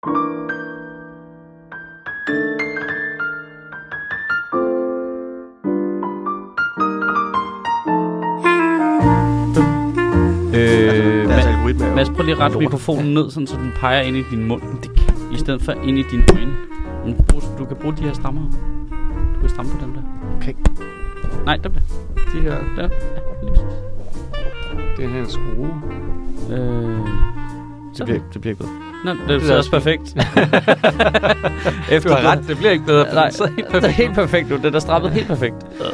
Mads, prøv lige at rette mikrofonen ned, sådan, så den peger ind i din mund. I stedet for ind i dine øjne. Du kan bruge de her stammer. Du kan stamme på dem der. Okay. Nej, dem der. De her. Der. Ja, lige præcis. Det her er en skrue. Det bliver ikke bedre. Nå, det er også perfekt. Du har ret, det bliver ikke bedre. Nej, det er helt perfekt nu. Det er strappet helt perfekt.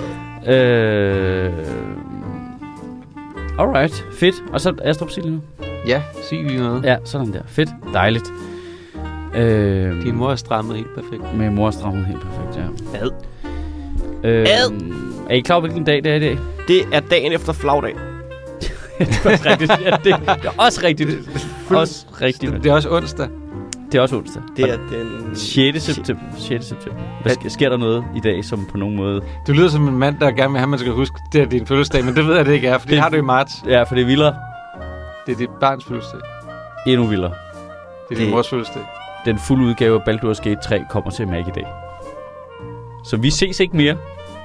Alright, fedt. Og så Astrup sig lige nu. Ja, sig lige noget. Ja, sådan der. Fedt. Dejligt. Din mor er strammet helt perfekt. Min mor er strammet helt perfekt, ja. Ad. Er I klar over, hvilken dag det er i dag? Det er dagen efter flagdag. Det er også rigtigt. Ja, det er også rigtigt. Det er også onsdag. Det er også onsdag. Det er den 6. september. 6. september. Hvad sker der noget i dag, som på nogen måde... Du lyder som en mand, der gerne vil have, man skal huske, det er din fødselsdag, men det ved jeg, det ikke er, for det har du i marts. Ja, for det er vildere. Det er dit barns fødselsdag. Endnu vildere. Det er din mors fødselsdag. Den fulde udgave af Baldur's Gate 3 kommer til Mac i dag. Så vi ses ikke mere.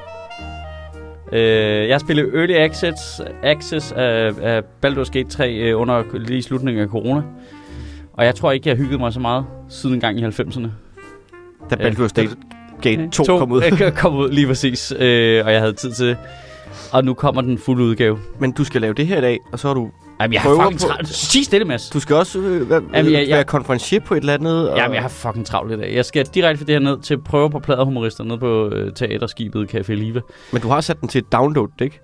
Jeg har spillet Early Access af Baldur's Gate 3 under lige slutningen af corona. Og jeg tror ikke, jeg har hygget mig så meget siden en gang i 90'erne. Da Baldur's Gate 2 kom ud. Kom ud, lige præcis. Og jeg havde tid til det. Og nu kommer den fulde udgave. Men du skal lave det her i dag, og så er du... Jamen, jeg har fucking travlt. Sig stille, Mads. Du skal også være konferencier på et eller andet. Jamen, jeg har fucking travlt i dag. Jeg skal direkte for det her ned til prøve på Pladerhumorister nede på teaterskibet Café Live. Men du har sat den til et download, ikke?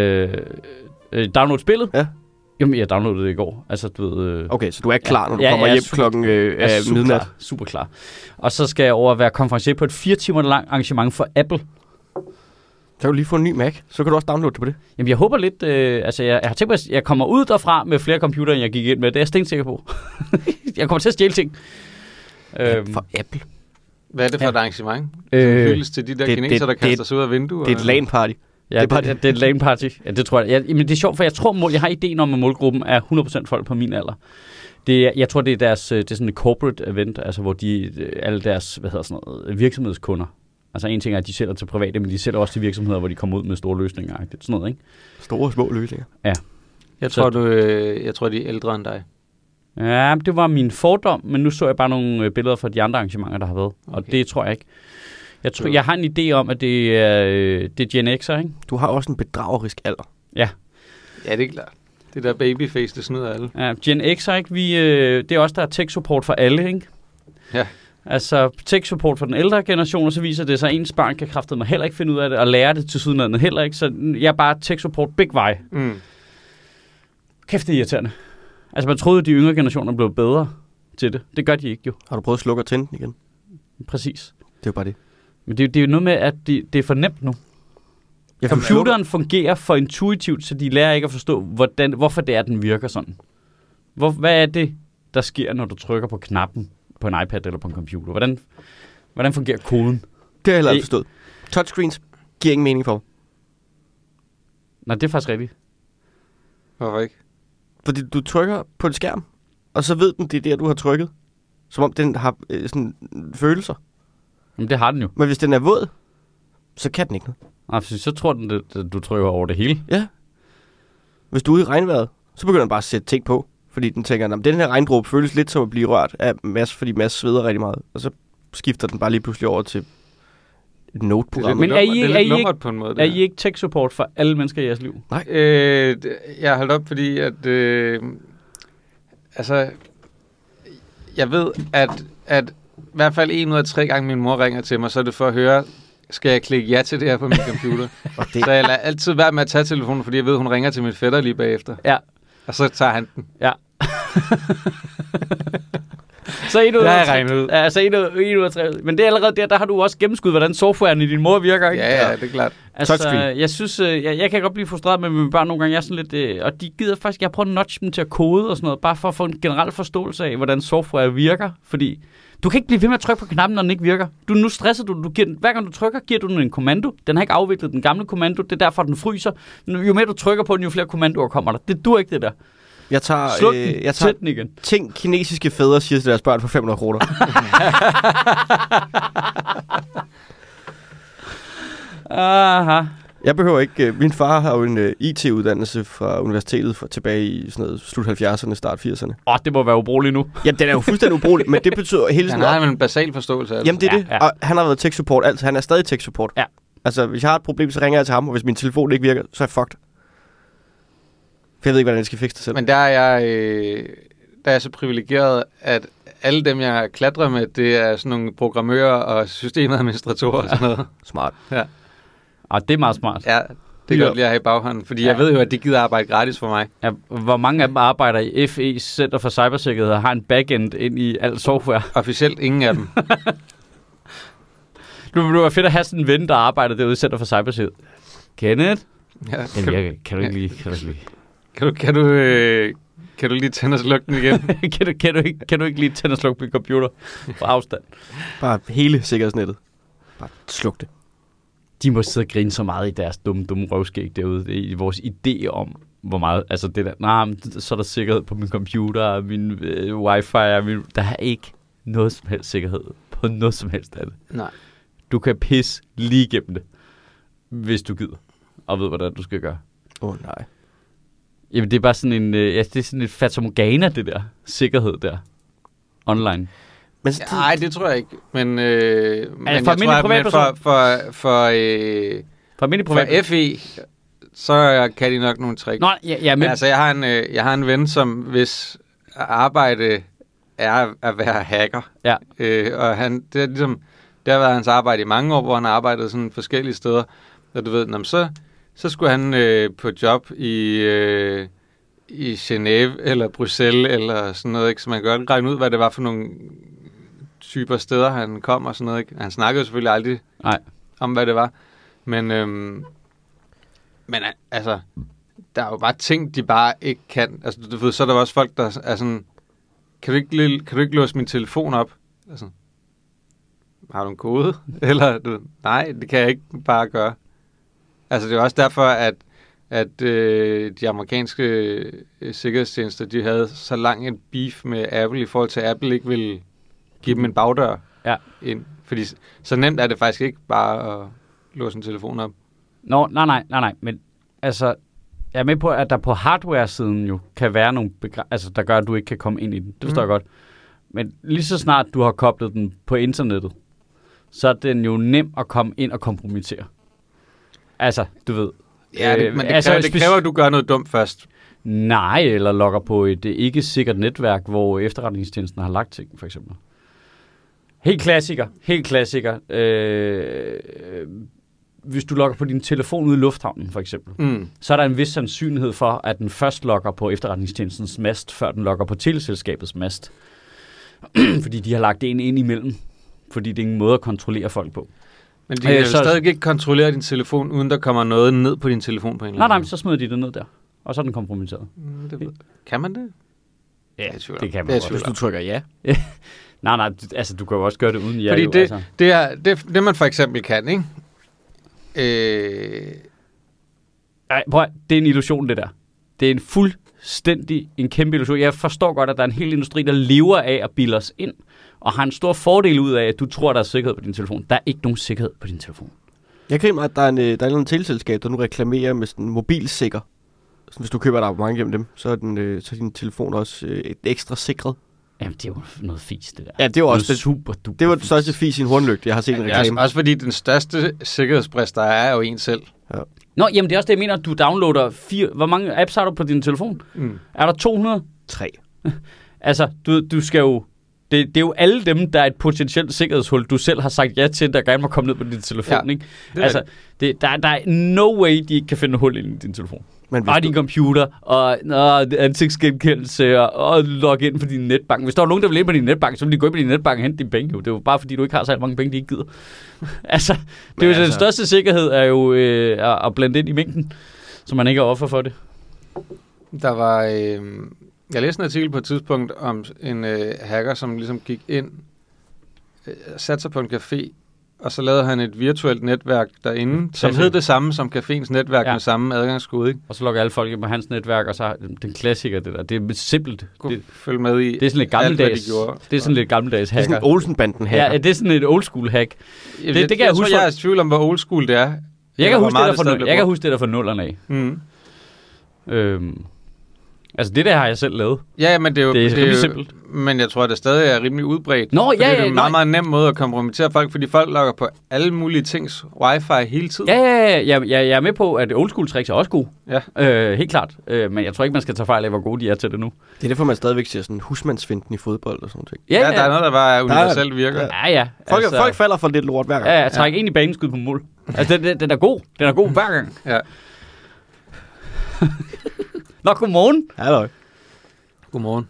Download spillet? Ja. Jamen, jeg downloadede det i går. Altså, du ved... Okay, så du er klar, når du kommer hjem klokken midnat? Super klar. Og så skal jeg over at være konferencier på et 4 timer lang arrangement for Apple. Så kan du lige få en ny Mac, så kan du også downloade det på det. Jamen, jeg håber lidt... jeg har tænkt mig, at jeg kommer ud derfra med flere computere, end jeg gik ind med. Det er jeg stensikker på. Jeg kommer til at stjæle ting. For Apple? Hvad er det for et arrangement? Fyldes til de der kineser, der kaster sig ud af vinduer? Det er et LAN-party. Ja, det er et LAN-party. Ja, det tror jeg. Men det er sjovt, for jeg tror, jeg har ideen om, at målgruppen er 100% folk på min alder. Jeg tror, det er sådan et corporate event, altså hvor alle deres virksomhedskunder. Altså en ting er, at de sælger til private, men de sælger også til virksomheder, hvor de kommer ud med store løsninger. Sådan noget, ikke? Store og små løsninger? Ja. Jeg tror, de er ældre end dig. Ja, det var min fordom, men nu så jeg bare nogle billeder fra de andre arrangementer, der har været. Okay. Og det tror jeg ikke. Jeg har en idé om, at det er Gen X'er, ikke? Du har også en bedragerisk alder. Ja. Ja, det er klart. Det der babyface, det snyder alle. Ja, Gen X'er, ikke? Det er også der er tech-support for alle, ikke? Ja. Altså, tech-support for den ældre generation, og så viser det sig, at ens barn kan kraftedeme heller ikke finde ud af det, og lære det til sydenlandet heller ikke. Så jeg er bare tech-support big vej. Mm. Kæft, det er irriterende. Altså, man troede, at de yngre generationer blev bedre til det. Det gør de ikke, jo. Har du prøvet at slukke og tænde den igen? Præcis. Det er jo bare det. Men det er jo noget med, at det er for nemt nu. Computeren fungerer for intuitivt, så de lærer ikke at forstå, hvorfor det er, den virker sådan. Hvad er det, der sker, når du trykker på knappen på en iPad eller på en computer? Hvordan fungerer koden? Det har jeg heller ikke forstået. Touchscreens giver ingen mening for. Nej, det er faktisk rigtigt. Hvorfor ikke? Fordi du trykker på en skærm, og så ved den, det er der, du har trykket. Som om den har sådan følelser. Jamen, det har den jo. Men hvis den er våd, så kan den ikke noget. Nej, så tror den, at du trykker over det hele. Ja. Hvis du er ude i regnvejret, så begynder den bare at sætte ting på. Fordi den tænker, at den her regndråbe føles lidt som at blive rørt af Mads, fordi Mads sveder rigtig meget. Og så skifter den bare lige pludselig over til et note-program. Men er I ikke tech-support for alle mennesker i jeres liv? Nej. Jeg har holdt op, fordi at... jeg ved, at i hvert fald 1 ud af 3 gange min mor ringer til mig, så er det for at høre, skal jeg klikke ja til det her på min computer? Så jeg lader altid være med at tage telefonen, fordi jeg ved, hun ringer til min fætter lige bagefter. Ja. Og så tager han den. Ja. Så 1 ud af 3. regnet ud. Ja, så 1 ud af 3. Men det er allerede der har du også gennemskud, hvordan softwaren i din mor virker, ikke? Ja, det er klart. Altså, jeg synes, jeg kan godt blive frustreret med mine børn nogle gange. Jeg er sådan lidt, og de gider faktisk, jeg prøver at nudge dem til at kode og sådan noget, bare for at få en generel forståelse af, hvordan software virker. Fordi du kan ikke blive ved med at trykke på knappen, når den ikke virker. Nu stresser du hver gang du trykker, giver du den en kommando. Den har ikke afviklet den gamle kommando, det er derfor, den fryser. Jo mere du trykker på den, jo flere kommandoer kommer der. Det dur ikke, det der. Jeg tager, Sluk jeg tager den igen. ting, kinesiske fædre siger til deres børn for 500 kroner. Aha. Jeg behøver ikke... min far har jo en IT-uddannelse fra universitetet tilbage i sådan noget slut 70'erne, start 80'erne. Det må være ubrugeligt nu. Jamen, den er jo fuldstændig ubrugelig, men det betyder hele sådan... Han har en basal forståelse af det. Jamen, det er det. Og han har været tech-support altid. Han er stadig tech-support. Ja. Altså, hvis jeg har et problem, så ringer jeg til ham, og hvis min telefon ikke virker, så er jeg fucked. For jeg ved ikke, hvordan jeg skal fikse det selv. Men der er jeg så privilegeret, at alle dem, jeg klatrer med, det er sådan nogle programmører og systemadministratorer og sådan noget. Smart. Ja. Det er meget smart. Ja, det er godt lige at have i baghånden, fordi jeg ved jo, at de gider arbejde gratis for mig. Ja, hvor mange af dem arbejder i FE, Center for Cybersikkerhed, og har en backend ind i alt software? Officielt ingen af dem. Det ville være fedt at have sådan en ven, der arbejder derude i Center for Cybersikkerhed. Kenneth? Ja, Kan du ikke lige... Kan du lige tænde og slukke den igen? kan du ikke lige tænde og slukke min computer på afstand? Bare hele sikkerhedsnettet. Bare sluk det. De må sidde og grine så meget i deres dumme røvskæg derude. I vores idé om, hvor meget... Altså det der... så er der sikkerhed på min computer, min wifi, der er ikke noget som helst sikkerhed på noget som helst af det. Nej. Du kan pisse lige igennem det, hvis du gider, og ved, hvordan du skal gøre. Nej. Jamen, det er bare sådan en... det er sådan et fatamorgana, det der sikkerhed der. Online. Men nej, det tror jeg ikke. Men for almindelig privatperson? For FE, så kan de nok nogle trick. Nå, men altså, jeg har en ven, som hvis arbejde er at være hacker. Ja. Og det er ligesom... Det har været hans arbejde i mange år, hvor han har arbejdet sådan forskellige steder. Og du ved, så skulle han på job i Genève eller Bruxelles eller sådan noget, ikke? Så man kan godt regne ud, hvad det var for nogle typer steder, han kom og sådan noget, ikke? Han snakkede selvfølgelig aldrig om, hvad det var. Men altså, der er jo bare ting, de bare ikke kan. Altså, du ved, så er der også folk, der er sådan, kan du ikke låse min telefon op? Altså, har du en kode? Eller, nej, det kan jeg ikke bare gøre. Altså, det er også derfor, at de amerikanske sikkerhedstjenester, de havde så lang en beef med Apple, i forhold til, at Apple ikke ville give dem en bagdør ind. Fordi så nemt er det faktisk ikke bare at låse en telefon op. Nej. Men altså, jeg er med på, at der på hardware-siden jo kan være nogle der gør, at du ikke kan komme ind i den. Det forstår jeg godt. Men lige så snart du har koblet den på internettet, så er den jo nem at komme ind og kompromittere. Altså, du ved. Ja, men det kræver, at du gør noget dumt først. Nej, eller logger på et ikke sikkert netværk, hvor efterretningstjenesten har lagt ting, for eksempel. Helt klassiker. Hvis du logger på din telefon ude i lufthavnen, for eksempel, så er der en vis sandsynlighed for, at den først logger på efterretningstjenestens mast, før den logger på teleselskabets mast. Fordi de har lagt det ind imellem. Fordi det er ingen måde at kontrollere folk på. Men de kan jo stadig ikke kontrollere din telefon, uden der kommer noget ned på din telefon på en eller anden måde. Nej, så smider de det ned der. Og så er den kompromitteret. Kan man det? Ja, det kan man godt. Hvis du trykker ja. nej, altså du kan jo også gøre det uden ja. Fordi det man for eksempel kan, ikke? Nej, prøv at, det er en illusion, det der. Det er en fuldstændig en kæmpe illusion. Jeg forstår godt, at der er en hel industri, der lever af at bilde os ind, og har en stor fordel ud af, at du tror, der er sikkerhed på din telefon. Der er ikke nogen sikkerhed på din telefon. Jeg kan at der er et teleselskab, der nu reklamerer med sådan en mobilsikker. Så hvis du køber et abonnement gennem dem, så er din telefon også et ekstra sikret. Jamen, det er jo noget fis, det der. Ja, det var også super duper. Det var det største fis i en hornlygte, jeg har set en reklame. Også fordi den største sikkerhedsbrist, der er jo en selv. Ja. Nå, jamen det er også det, jeg mener, at du downloader 4... Hvor mange apps har du på din telefon? Er der 200? 3. Altså, du skal jo... Det er jo alle dem, der er et potentielt sikkerhedshul, du selv har sagt ja til, der gerne må komme ned på din telefon, ikke? Altså, der er no way, de ikke kan finde et hul ind i din telefon. Og din computer, og ansigtsgenkendelse, og logge ind på din netbank. Hvis der er nogen, der vil ind på din netbank, så vil de gå ind på din netbank og hente dine penge. Det er jo bare fordi, du ikke har så mange penge, de ikke gider. Altså, det er jo den største sikkerhed, er jo at blande ind i mængden, så man ikke er offer for det. Der var... Jeg læste en artikel på et tidspunkt om en hacker, som ligesom gik ind, satte sig på en café og så lavede han et virtuelt netværk derinde, som hed det samme som caféens netværk med samme adgangskode, ikke? Og så logger alle folk ind på hans netværk, og så den klassiker, det der. Det er simpelt. Følg med i det er sådan lidt gammeldags. Det er sådan lidt gammeldags hacker. Det er sådan Olsen-banden hacker. Ja, det er sådan et old school hack. Det kan jeg huske. Jeg er i tvivl om, hvor old school det er. Jeg kan huske det der for nullerne af. Altså det der har jeg selv lavet. Ja, men det er jo rimelig simpelt. Men jeg tror, at det stadig er rimelig udbredt. Det er en meget, meget nem måde at kompromittere folk, fordi folk logger på alle mulige tings wifi hele tiden. Jeg er med på, at old school tricks er også gode. Ja. Helt klart. Men jeg tror ikke, man skal tage fejl af, hvor gode de er til det nu. Det er derfor, man stadigvæk siger sådan husmandsfinten i fodbold og sådan noget. Ja, der er noget, der bare universelt virker. Ja. Folk falder for lidt lort hver gang. Ja, træk ind i banen, skud på mål. Altså, den er god. Den er god hver gang. Ja. Nå, godmorgen. Halløj. Godmorgen.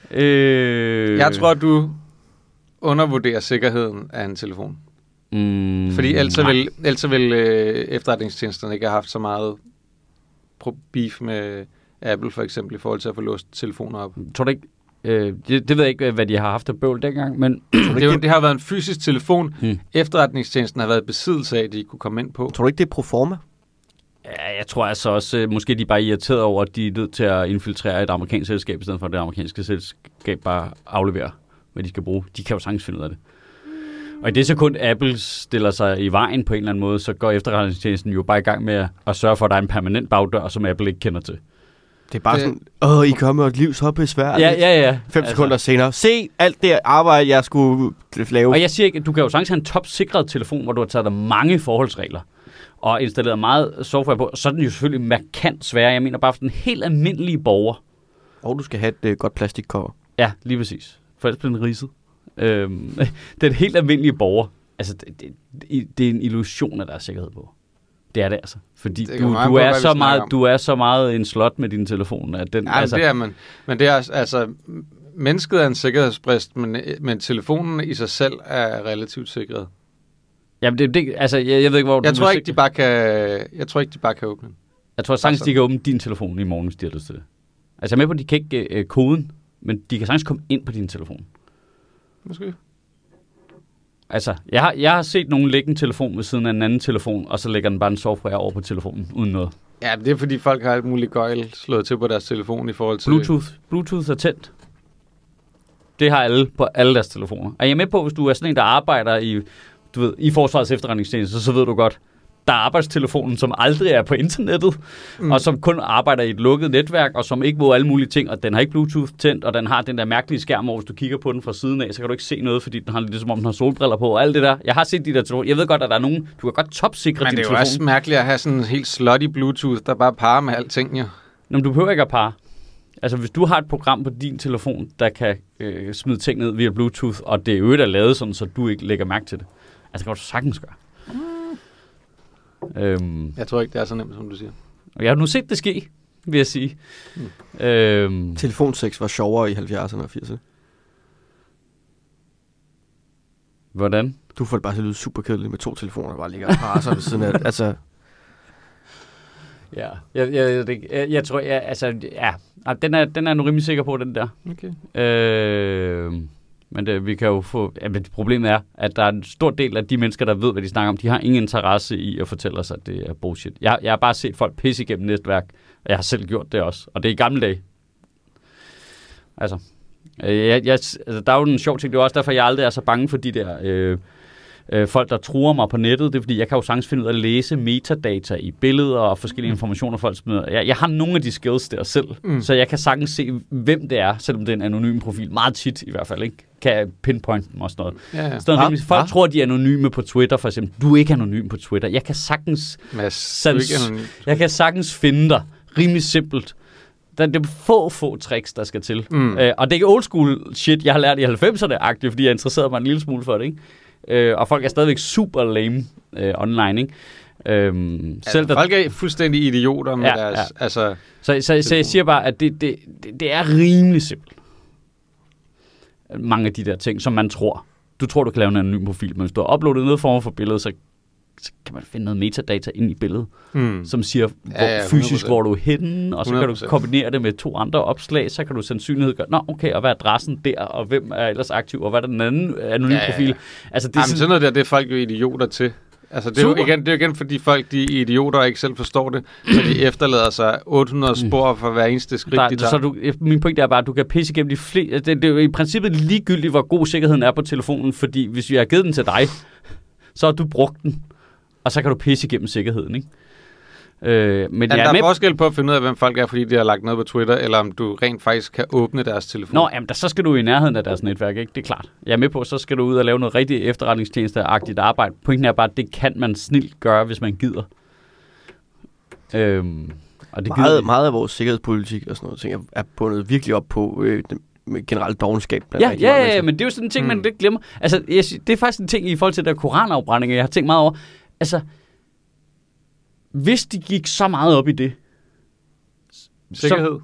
Jeg tror, at du undervurderer sikkerheden af en telefon. Fordi ellers vil efterretningstjenesterne ikke have haft så meget beef med Apple, for eksempel, i forhold til at få låst telefoner op. Tror du ikke? Det ved jeg ikke, hvad de har haft af bøvl dengang, men... det har været en fysisk telefon. Efterretningstjenesten har været i besiddelse af, at de kunne komme ind på. Tror du ikke, det er proforma? Ja, jeg tror altså også, måske de er bare irriteret over, at de er nødt til at infiltrere et amerikansk selskab, i stedet for at det amerikanske selskab bare afleverer, hvad de skal bruge. De kan jo sagtens finde ud af det. Og i det sekund, Apple stiller sig i vejen på en eller anden måde, så går efterretningstjenesten jo bare i gang med at sørge for, at der er en permanent bagdør, som Apple ikke kender til. Det er bare sådan, I gør med et liv så besværligt. Ja. 5 sekunder senere. Se alt det arbejde, jeg skulle lave. Og jeg siger ikke, du kan jo sagtens have en topsikret telefon, hvor du har taget der mange forholdsregler og installeret meget software på, så er den jo selvfølgelig markant sværere. Jeg mener bare for den helt almindelige borger. Og du skal have et godt plastikcover. Ja, lige præcis. For ellers bliver den ridset. Den helt almindelige borger, altså det er en illusion, at der er sikkerhed på. Det er det altså. Fordi du er så meget en slot med din telefon. At den, altså, det er man. Men det er altså... Mennesket er en sikkerhedsbrist, men telefonen i sig selv er relativt sikret. Jamen, altså, jeg ved ikke, hvor jeg tror ikke, de bare kan åbne den. Jeg tror sagtens, de kan åbne din telefon i morgen, hvis de har lyst til det. Altså, jeg er med på, at de kan ikke koden, men de kan sagtens komme ind på din telefon. Måske. Altså, jeg har set nogen lægge en telefon ved siden af en anden telefon, og så lægger den bare en software over på telefonen, uden noget. Ja, det er fordi folk har alt muligt gøjl slået til på deres telefon i forhold til... Bluetooth er tændt. Det har alle på alle deres telefoner. Og jeg er med på, hvis du er sådan en, der arbejder i Forsvarets efterretningstjeneste, så ved du godt, der er arbejdstelefonen, som aldrig er på internettet, og som kun arbejder i et lukket netværk, og som ikke må alle mulige ting, og den har ikke Bluetooth tændt, og den har den der mærkelige skærm, hvor hvis du kigger på den fra siden af, så kan du ikke se noget, fordi den har lidt som om den har solbriller på, og alt det der. Jeg har set de der telefoner. Jeg ved godt, at der er nogen, du kan godt topsikre din telefon. Men det er jo også mærkeligt at have sådan en helt slutty Bluetooth, der bare parer med alting, jo. Nå, men du behøver ikke at parre. Altså, hvis du har et program på din telefon, der kan smide ting ned via Bluetooth, og det er øvrigt er lavet sådan, så du ikke lægger mærke til det. Altså, det kan du sagtens gøre. Jeg tror ikke, det er så nemt, som du siger. Og jeg har nu set det ske, vil jeg sige. Telefonsex var sjovere i 70'erne og 80'erne. Hvordan? Du får det bare til at lyde super kedeligt med 2 telefoner, der bare ligger og parer sig ved siden af. Altså... Ja, jeg tror, den er jeg nu rimelig sikker på, den der. Okay. Men vi kan jo få... Men problemet er, at der er en stor del af de mennesker, der ved, hvad de snakker om, de har ingen interesse i at fortælle os, at det er bullshit. Jeg har bare set folk pisse igennem netværk, og jeg har selv gjort det også. Og det er i gamle dage. Altså, der er jo en sjov ting. Det er også derfor, jeg aldrig er så bange for de der... folk, der truer mig på nettet, det er fordi, jeg kan jo sagtens finde ud af at læse metadata i billeder og forskellige informationer, folk smider. Jeg har nogle af de skills der selv, så jeg kan sagtens se, hvem det er, selvom det er en anonym profil. Meget tit i hvert fald, ikke? Kan jeg pinpointe dem og sådan noget. Ja. Folk tror, de er anonyme på Twitter, for eksempel. Du er ikke anonym på Twitter. Jeg kan sagtens, jeg kan sagtens finde dig rimelig simpelt. Det er få tricks, der skal til. Og det er ikke old school shit, jeg har lært i 90'erne-agtigt, fordi jeg interesserede mig en lille smule for det, ikke? Og folk er stadigvæk super lame online, ikke? Folk er fuldstændig idioter med deres... Ja. Altså, så jeg siger bare, at det er rimelig simpelt. Mange af de der ting, som man tror. Du tror, du kan lave en anonym profil, men hvis du har uploadet noget form for billede, så kan man finde noget metadata ind i billedet, som siger, fysisk hvor du er henne, og så 100%. Kan du kombinere det med 2 andre opslag, så kan du sandsynlighed gøre, og hvad er adressen der, og hvem er ellers aktiv, og hvad er den anden anonym profil. Altså, det er sådan noget der, det er folk jo idioter til. Altså, det er jo igen, fordi folk, de er idioter og ikke selv forstår det, så de efterlader sig 800 spor for hver eneste skridt, de tager. Så min pointe er bare, at du kan pisse igennem de flere. Det er jo i princippet ligegyldigt, hvor god sikkerheden er på telefonen, fordi hvis vi har givet den til dig, så har du brugt den, og så kan du pisse igennem sikkerheden, ikke? Men der er forskel på at finde ud af, hvem folk er, fordi de har lagt noget på Twitter, eller om du rent faktisk kan åbne deres telefon. Nå, jamen, så skal du i nærheden af deres netværk, ikke? Det er klart. Jeg er med på, så skal du ud og lave noget rigtig efterretningstjenesteagtigt arbejde. Pointen er bare, at det kan man snilt gøre, hvis man gider. Og det meget af vores sikkerhedspolitik og sådan noget ting er bundet virkelig op på generelt dovenskab. Ja, men det er jo sådan en ting, man lidt glemmer. Altså, det er faktisk en ting i forhold til der koranafbrænding, jeg har tænkt meget over. Altså, hvis de gik så meget op i det. Sikkerhed?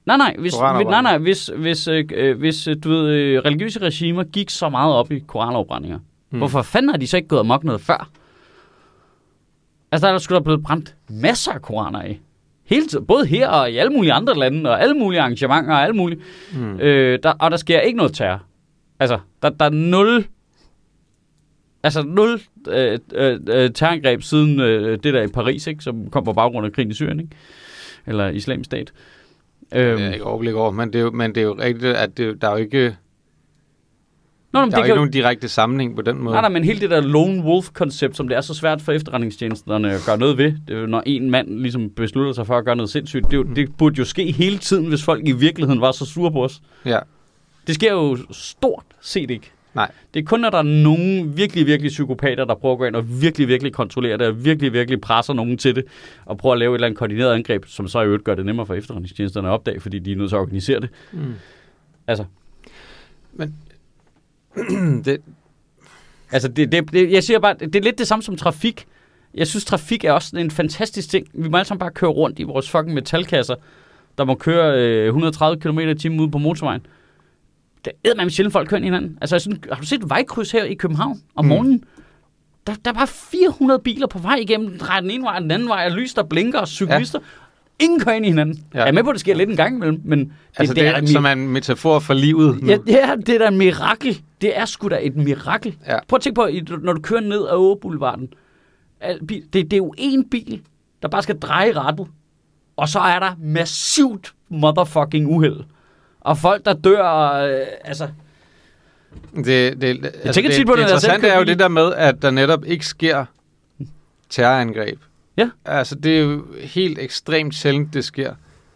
Hvis du ved, religiøse regimer gik så meget op i koranafbrændinger, hvorfor fanden har de så ikke gået amok noget før? Altså, der skulle der blevet brændt masser af koraner af. Hele tiden, både her og i alle mulige andre lande, og alle mulige arrangementer og alle mulige. Og der sker ikke noget terror. Altså, der er nul terrorangreb siden det der i Paris, ikke, som kom på baggrund af krigen i Syrien, ikke? Eller Islamisk Stat. Jeg har ikke overblik over, men det er jo rigtigt, at der er jo ikke... Der er ikke nogen direkte sammenhæng på den måde. Nej, men hele det der lone wolf-koncept, som det er så svært for efterretningstjenesterne at gøre noget ved, det er jo, når en mand ligesom beslutter sig for at gøre noget sindssygt, det burde jo ske hele tiden, hvis folk i virkeligheden var så sure på os. Ja. Det sker jo stort set ikke. Nej. Det er kun, når der er nogen virkelig, virkelig psykopater, der prøver at gå ind og virkelig, virkelig kontrollere det, og virkelig, virkelig presser nogen til det, og prøver at lave et eller andet koordineret angreb, som så i øvrigt gør det nemmere for efterretningstjenesterne at opdage, fordi de er nødt til at organisere det. Altså. Men jeg siger bare, det er lidt det samme som trafik. Jeg synes, trafik er også en fantastisk ting. Vi må alle sammen bare køre rundt i vores fucking metalkasser, der må køre 130 km/t ude på motorvejen. Det er man sjældent folk kører ind i hinanden. Altså, har du set vejkryds her i København om morgenen? Der var 400 biler på vej igennem, drejer den ene vej og den anden vej, og lys, der blinker, og cyklister. Ja. Ingen kører ind i hinanden. Ja. Jeg er med på, at det sker lidt en gang imellem, men... Det er som en metafor for livet. Ja, det er da en mirakel. Det er sgu da et mirakel. Ja. Prøv at tænke på, når du kører ned ad Åboulevarden. Det er jo én bil, der bare skal dreje rettet. Og så er der massivt motherfucking uheld. Og folk, der dør, altså... Det interessante er jo det der med, at der netop ikke sker terrorangreb. Ja. Altså, det er jo helt ekstremt sjældent, det sker.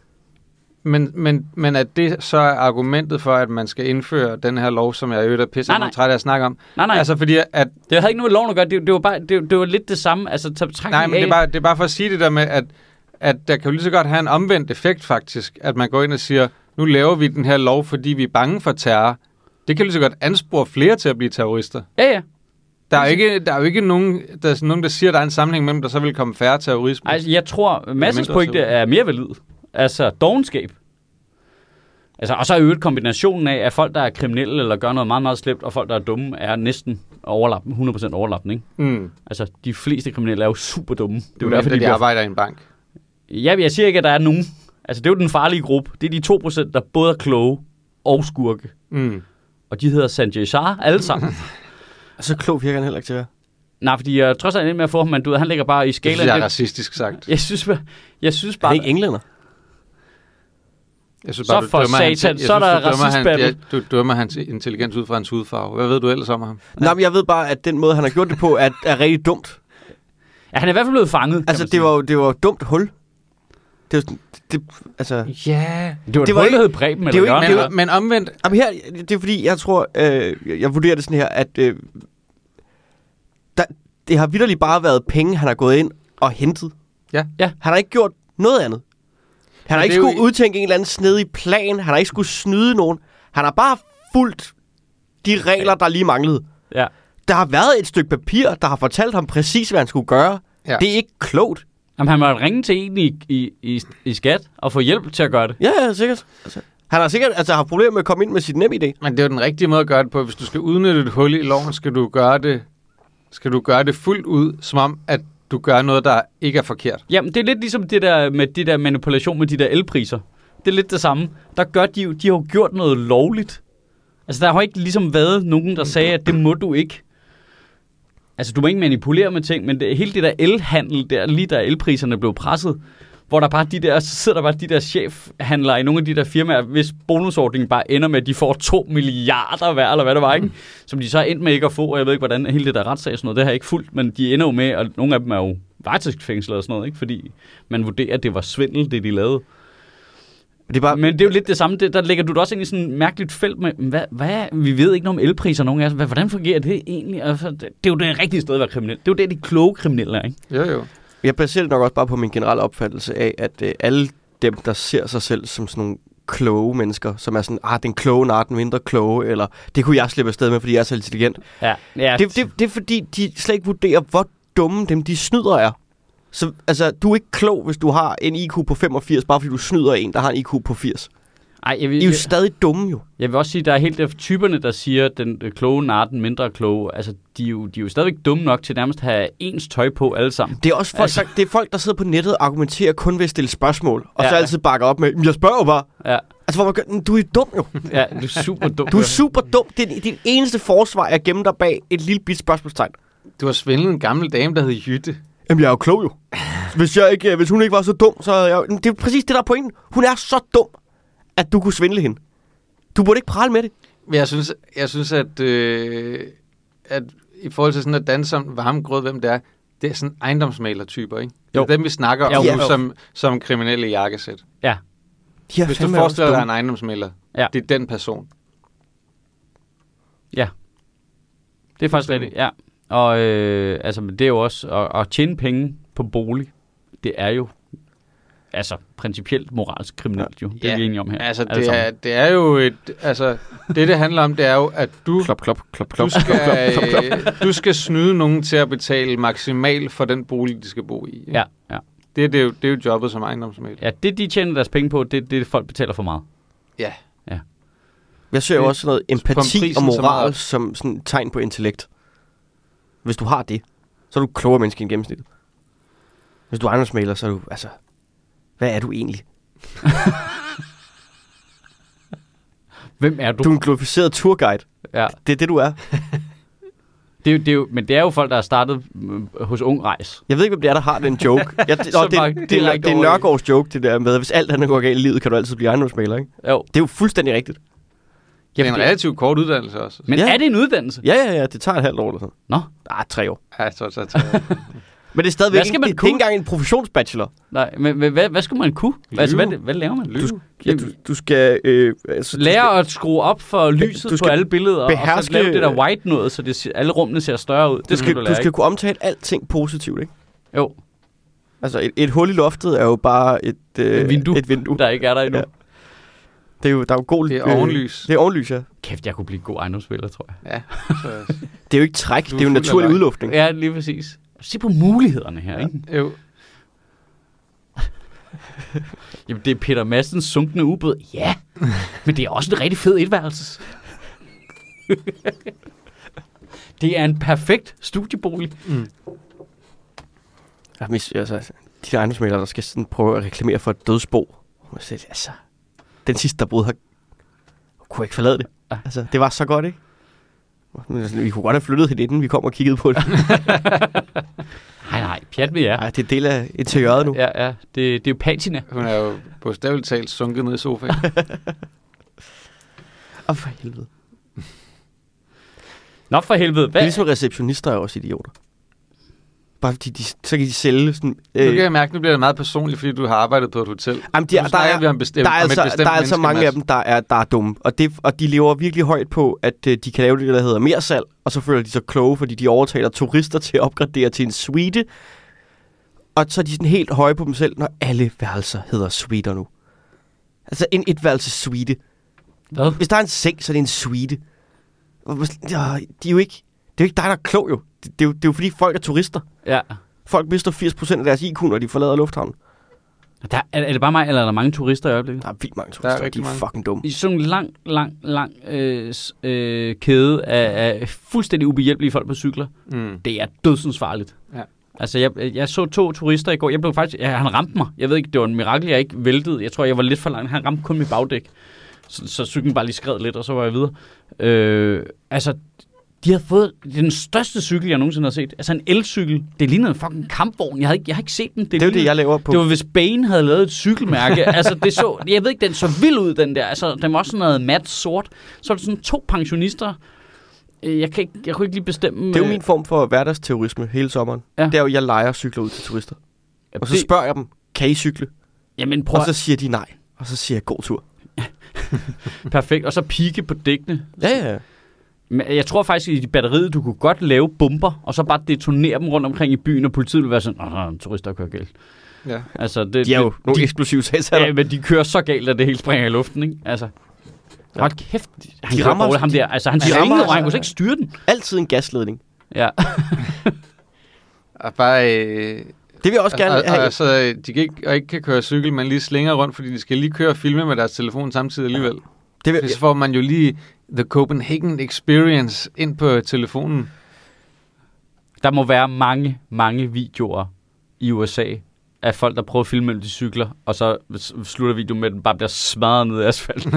Men at det så er argumentet for, at man skal indføre den her lov, som jeg er træt af at snakke om. Nej. Altså, fordi at... Det havde ikke noget med loven at gøre. Det var bare, det var lidt det samme. Altså, nej, men det er bare for at sige det der med, at der kan jo lige så godt have en omvendt effekt, faktisk. At man går ind og siger, nu laver vi den her lov, fordi vi er bange for terror. Det kan lige så godt anspore flere til at blive terrorister. Ja. Der er jo ikke nogen, der siger, at der er en sammenhæng mellem, der så vil komme færre terrorisme. Altså, jeg tror, Madsens pointe er mere valid. Altså, dovenskab. Altså, og så er jo et kombinationen af, at folk, der er kriminelle eller gør noget meget, meget slemt, og folk, der er dumme, er næsten 100% overlappende, ikke? Altså, de fleste kriminelle er jo super dumme. Det er jo derfor, de arbejder i en bank. Ja, jeg siger ikke, at der er nogen. Altså, det er jo den farlige gruppe. Det er de 2%, der både er kloge og skurke. Og de hedder Sanjay Shah, alle sammen. Og så klog virker han heller ikke til at være. Nej, fordi jeg trods alt er med at få ham, men han ligger bare i skalaen. Det er racistisk sagt. Jeg synes bare... Er det ikke englænder? Jeg synes bare, så for satan, så er der racistbattle. Du dømmer hans intelligens ud fra hans hudfarve. Hvad ved du ellers om ham? Nej, men jeg ved bare, at den måde, han har gjort det på, er rigtig dumt. Ja, han er i hvert fald blevet fanget. Altså, det var et dumt hul. Det altså... Ja... Det var et hul, der hed Preben, eller ikke, men omvendt... Jamen her, det er fordi, jeg tror... jeg vurderer det sådan her, at... det har vitterligt bare været penge, han har gået ind og hentet. Ja. Han har ikke gjort noget andet. Han har ikke skulle udtænke en eller anden snedig plan. Han har ikke skulle snyde nogen. Han har bare fulgt de regler, der lige manglede. Ja. Der har været et stykke papir, der har fortalt ham præcis, hvad han skulle gøre. Ja. Det er ikke klogt. Jamen, han må ringe til en i skat og få hjælp til at gøre det. Ja, sikkert. Altså, han har sikkert haft problemer med at komme ind med sit NemID. Men det er jo den rigtige måde at gøre det på. Hvis du skal udnytte et hul i loven, skal du gøre det skal du gøre det fuldt ud, som om, at du gør noget, der ikke er forkert? Jamen, det er lidt ligesom det der med de der manipulation med de der elpriser. Det er lidt det samme. Der gør de har jo gjort noget lovligt. Altså, der har ikke ligesom været nogen, der sagde, at det må du ikke. Altså, du må ikke manipulere med ting, men hele det der elhandel der, lige der elpriserne blev presset, hvor der bare så sidder der bare de der chefhandlere i nogle af de der firmaer, hvis bonusordningen bare ender med, at de får 2 milliarder hver, eller hvad det var, ikke? Som de så er endt med ikke at få, og jeg ved ikke, hvordan hele det der retssag og sådan noget, det har jeg ikke fulgt, men de ender jo med, og nogle af dem er jo varetægtsfængslet og sådan noget, ikke? Fordi man vurderer, at det var svindel, det de lavede. Men det er jo lidt det samme. Der lægger du da også ind i sådan et mærkeligt felt med, hvad vi ved ikke noget om elpriser, nogen af os. Hvordan fungerer det egentlig? Altså, det er jo det rigtige sted at være kriminel. Det er jo det, de kloge kriminelle er, ikke? Jo. Jeg baserer det nok også bare på min generelle opfattelse af, at alle dem, der ser sig selv som sådan nogle kloge mennesker, som er sådan, den kloge nar, den mindre kloge, eller det kunne jeg slippe afsted med, fordi jeg er så intelligent. Ja. Det er fordi, de slet ikke vurderer, hvor dumme dem, de snyder er. Så altså, du er ikke klog, hvis du har en IQ på 85, bare fordi du snyder en, der har en IQ på 80. I er jo stadig dumme, jo. Jeg vil også sige, der er helt typerne, der siger, den kloge nar, den mindre kloge, altså, de er jo stadigvæk dumme nok til nærmest at have ens tøj på alle sammen. Det er også folk, det er folk, der sidder på nettet og argumenterer kun ved at stille spørgsmål, og så altid bakker op med, jeg spørger jo bare. Ja. Altså, hvor man gør, du er dum, jo. Ja, du er super dum. Du er super dum. Det er dit eneste forsvar at gemme dig bag et lille bit spørgsmålstegn. Du har svindlet en gammel dame, der hed Jytte. Jamen, jeg er jo klog, jo. Hvis hun ikke var så dum, så er jeg... Det er præcis det, der er pointen. Hun er så dum, at du kunne svindle hende. Du burde ikke prale med det. Men jeg synes at i forhold til sådan at danse om varmegrød, hvem det er sådan ejendomsmaler-typer, ikke? Jo. Det er dem, vi snakker om nu som kriminelle i jakkesæt. Ja. Hvis du forestiller dig en ejendomsmaler, det er den person. Ja. Det er faktisk rigtigt, ja. Og altså, det er jo også at tjene penge på bolig. Det er jo altså principielt moralsk kriminelt, jo. Det er vi enige om her. Altså, det er jo et... Altså, det handler om, det er jo, at du... Du skal snyde nogen til at betale maksimalt for den bolig, de skal bo i. Ja. Det er jo jobbet som ejendomsmægler. Ja, det de tjener deres penge på, det folk betaler for meget. Ja. Jeg ser jo også noget empati og moral som sådan et tegn på intellekt. Hvis du har det, så er du klogere menneske end gennemsnittet. Hvis du er ejendomsmægler, så er du, altså... Hvad er du egentlig? Hvem er du? Du er en glorificeret turguide. Ja. Det er det, du er. Det er jo, men det er jo folk, der har startet hos Ung Rejs. Jeg ved ikke, hvem det er, der har den joke. Det er Nørgaards joke, det der med, hvis alt andet går galt i livet, kan du altid blive ejendomsmægler, ikke? Jo. Det er jo fuldstændig rigtigt. Det er en relativt kort uddannelse også. Men er det en uddannelse? Ja. Det tager et halvt år eller sådan. Nå? 3 år. Ja, så 3 år. Men det er stadigvæk det er ikke engang en professionsbachelor. Nej, men hvad skal man kunne? Altså, hvad laver man? Du skal... lære at skrue op for lyset på alle billeder, beherske, og så lave det der white noget, så alle rummene ser større ud. Det skal du lære, skal kunne omtale alting positivt, ikke? Jo. Altså, et hul i loftet er jo bare et vindue. Der ikke er der endnu. Ja. Der er jo god... Det er ovenlys. Det er ovenlys, ja. Kæft, jeg kunne blive god ejendomsspiller, tror jeg. Ja. Det er jo ikke træk, det er jo naturlig udluftning. Ja, lige præcis. Se på mulighederne her, ikke? Jo. Jamen, det er Peter Madsens sunkne ubåd. Ja, men det er også en rigtig fed etværelses. Det er en perfekt studiebolig. Altså, de der ejendomsmæglere, der skal sådan prøve at reklamere for et dødsbo. Altså, den sidste, der boede her, kunne ikke forlade det. Altså, det var så godt, ikke? Vi kunne godt have flyttet hende, inden vi kom og kiggede på det. Nej, pjat med jer. Nej, det er del af interiøret nu. Ja, det er jo patina. Hun er jo bogstaveligt talt sunket ned i sofaen. Og for helvede. Nå, for helvede. Det er ligesom receptionister er også idioter. Bare fordi så kan de sælge sådan... Nu kan jeg mærke, nu bliver det meget personligt, fordi du har arbejdet på et hotel. Jamen, der er altså mange af dem, der er dumme. Og de lever virkelig højt på, at de kan lave det, der hedder mere salg, og så føler de sig kloge, fordi de overtaler turister til at opgradere til en suite. Og så er de sådan helt høje på dem selv, når alle værelser hedder suiter nu. Altså en etværelses suite. Hvad? Hvis der er en seng, så er det en suite. Det er jo ikke dig, der er klog, jo. Det er jo fordi folk er turister. Ja. Folk mister 80% af deres IQ, når de forlader lufthavnen. Er det bare mig, eller er der mange turister i øjeblikket? Der er vildt mange turister, de er fucking dumme. I sådan en lang kæde af fuldstændig ubehjælpelige folk på cykler. Det er dødsensfarligt. Ja. Altså, jeg så 2 turister i går. Jeg blev faktisk... han ramte mig. Jeg ved ikke, det var en mirakel, jeg ikke væltede. Jeg tror, jeg var lidt for langt. Han ramte kun mit bagdæk. Så cyklen bare lige skred lidt, og så var jeg videre. Altså, de havde fået den største cykel, jeg nogensinde har set. Altså en elcykel. Det lignede en fucking kampvogn. Jeg har ikke set den. Det er jo det, jeg laver på. Det var, hvis Bane havde lavet et cykelmærke. Altså, jeg ved ikke, den så vild ud, den der. Altså, den var også sådan noget mat sort. Så var det sådan 2 pensionister. Jeg kunne ikke lige bestemme... Det er jo min form for hverdagsterrorisme hele sommeren. Ja. Det er jo, jeg lejer cykler ud til turister. Og så spørger jeg dem, kan I cykle? Jamen, og så siger de nej. Og så siger jeg, god tur. Perfekt. Og så pigge på dækkene. Ja. Men jeg tror faktisk, at i batteriet, du kunne godt lave bomber, og så bare detonere dem rundt omkring i byen, og politiet vil være sådan, turister kører galt. Ja. Altså, de er jo nogle eksplosive sagshatter. Ja, men de kører så galt, at det hele springer i luften, ikke? Altså, hold kæft. Han rammer ham der. Altså, han svingede, og han kunne ikke styre den. Altid en gasledning. Ja. Og bare... Det vil jeg også gerne have. Altså, de ikke kan køre cykel, men lige slinger rundt, fordi de skal lige køre og filme med deres telefon samtidig alligevel. Så får man jo lige The Copenhagen Experience ind på telefonen. Der må være mange videoer i USA af folk, der prøver at filme mellem de cykler, og så slutter videoen med, at den bare bliver smadret ned i asfalten.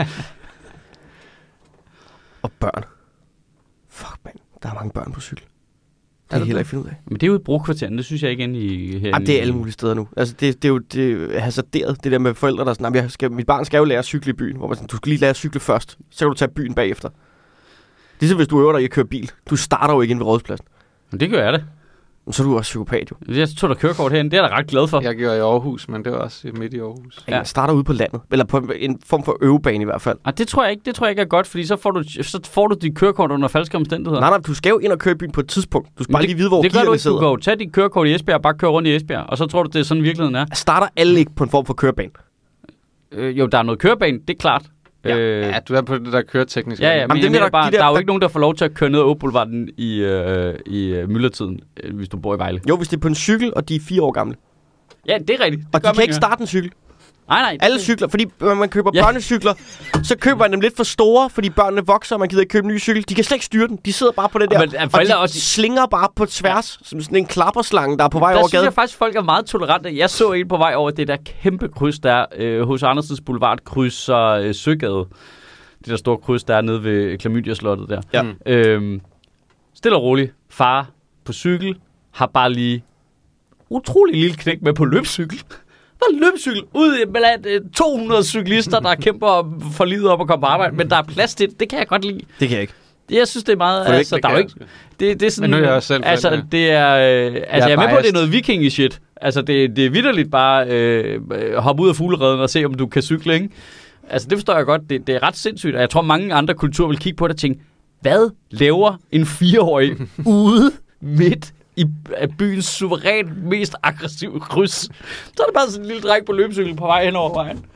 Og børn. Fuck, man. Der er mange børn på cykel. Det kan jeg heller ikke finde ud af. Men det er jo i brugkvarteren, det synes jeg ikke i her. Det er alle mulige steder nu. Altså, det er jo hasarderet, det der med forældre, der sådan, mit barn skal jo lære at cykle i byen, hvor man sådan, du skal lige lære at cykle først, så kan du tage byen bagefter. Det er så, hvis du øver dig i at køre bil. Du starter jo ikke ind ved Rådhuspladsen. Men det gør jeg det. Så er du også psykopat jo. Jeg tog der kørekort herinde, det er jeg da ret glad for. Jeg gjorde i Aarhus, men det var også midt i Aarhus. Ja. Jeg starter ude på landet, eller på en form for øvebane i hvert fald. Det tror jeg ikke er godt, fordi så får du dit kørekort under falske omstændigheder. Nej, du skal jo ind og køre i byen på et tidspunkt. Du skal bare lige vide, hvor gearne sidder. Du kan jo tage dit kørekort i Esbjerg og bare køre rundt i Esbjerg, og så tror du, det er sådan virkeligheden er. Starter alle ikke på en form for kørebane? Jo, der er noget kørebane, det er klart. Ja, du er på det der køretekniske. Ja, men der er jo ikke nogen, der får lov til at køre ned ad Åboulevarden i myldretiden, hvis du bor i Vejle. Jo, hvis det er på en cykel, og de er 4 år gamle. Ja, det er rigtigt. Og de kan ikke starte en cykel. Nej. Alle cykler, fordi når man køber børnecykler, så køber man dem lidt for store, fordi børnene vokser, og man gider ikke købe en ny cykel. De kan slet ikke styre den. De sidder bare på det der, og de slinger bare på tværs, som sådan en klapperslange, der er på vej over gaden. Der synes jeg faktisk, folk er meget tolerante. Jeg så en på vej over det der kæmpe kryds, der hos Andersens Boulevard krydser Søgade. Det der store kryds, der er nede ved Klamydia-slottet der. Ja. Stille og roligt. Far på cykel har bare lige utrolig lille knæk med på løbcykel. Løbcykel ud blandt 200 cyklister, der kæmper for livet op og kommer på arbejde, men der er plads til det kan jeg godt lide. Det kan jeg ikke. Jeg synes, det er meget... Altså, der er jo ikke... Det er sådan... Men nu er jeg også selv... Altså, det er... jeg er med på, at det er noget viking-shit. Altså, det er vitterligt bare hoppe ud af fugleredden og se, om du kan cykle, ikke? Altså, det forstår jeg godt. Det er ret sindssygt, og jeg tror, mange andre kulturer vil kigge på det og tænke, hvad laver en 4-årig ude midt i byens suverænt mest aggressive kryds? Så er det bare sådan en lille dreng på løbecykel på vej hen over vejen.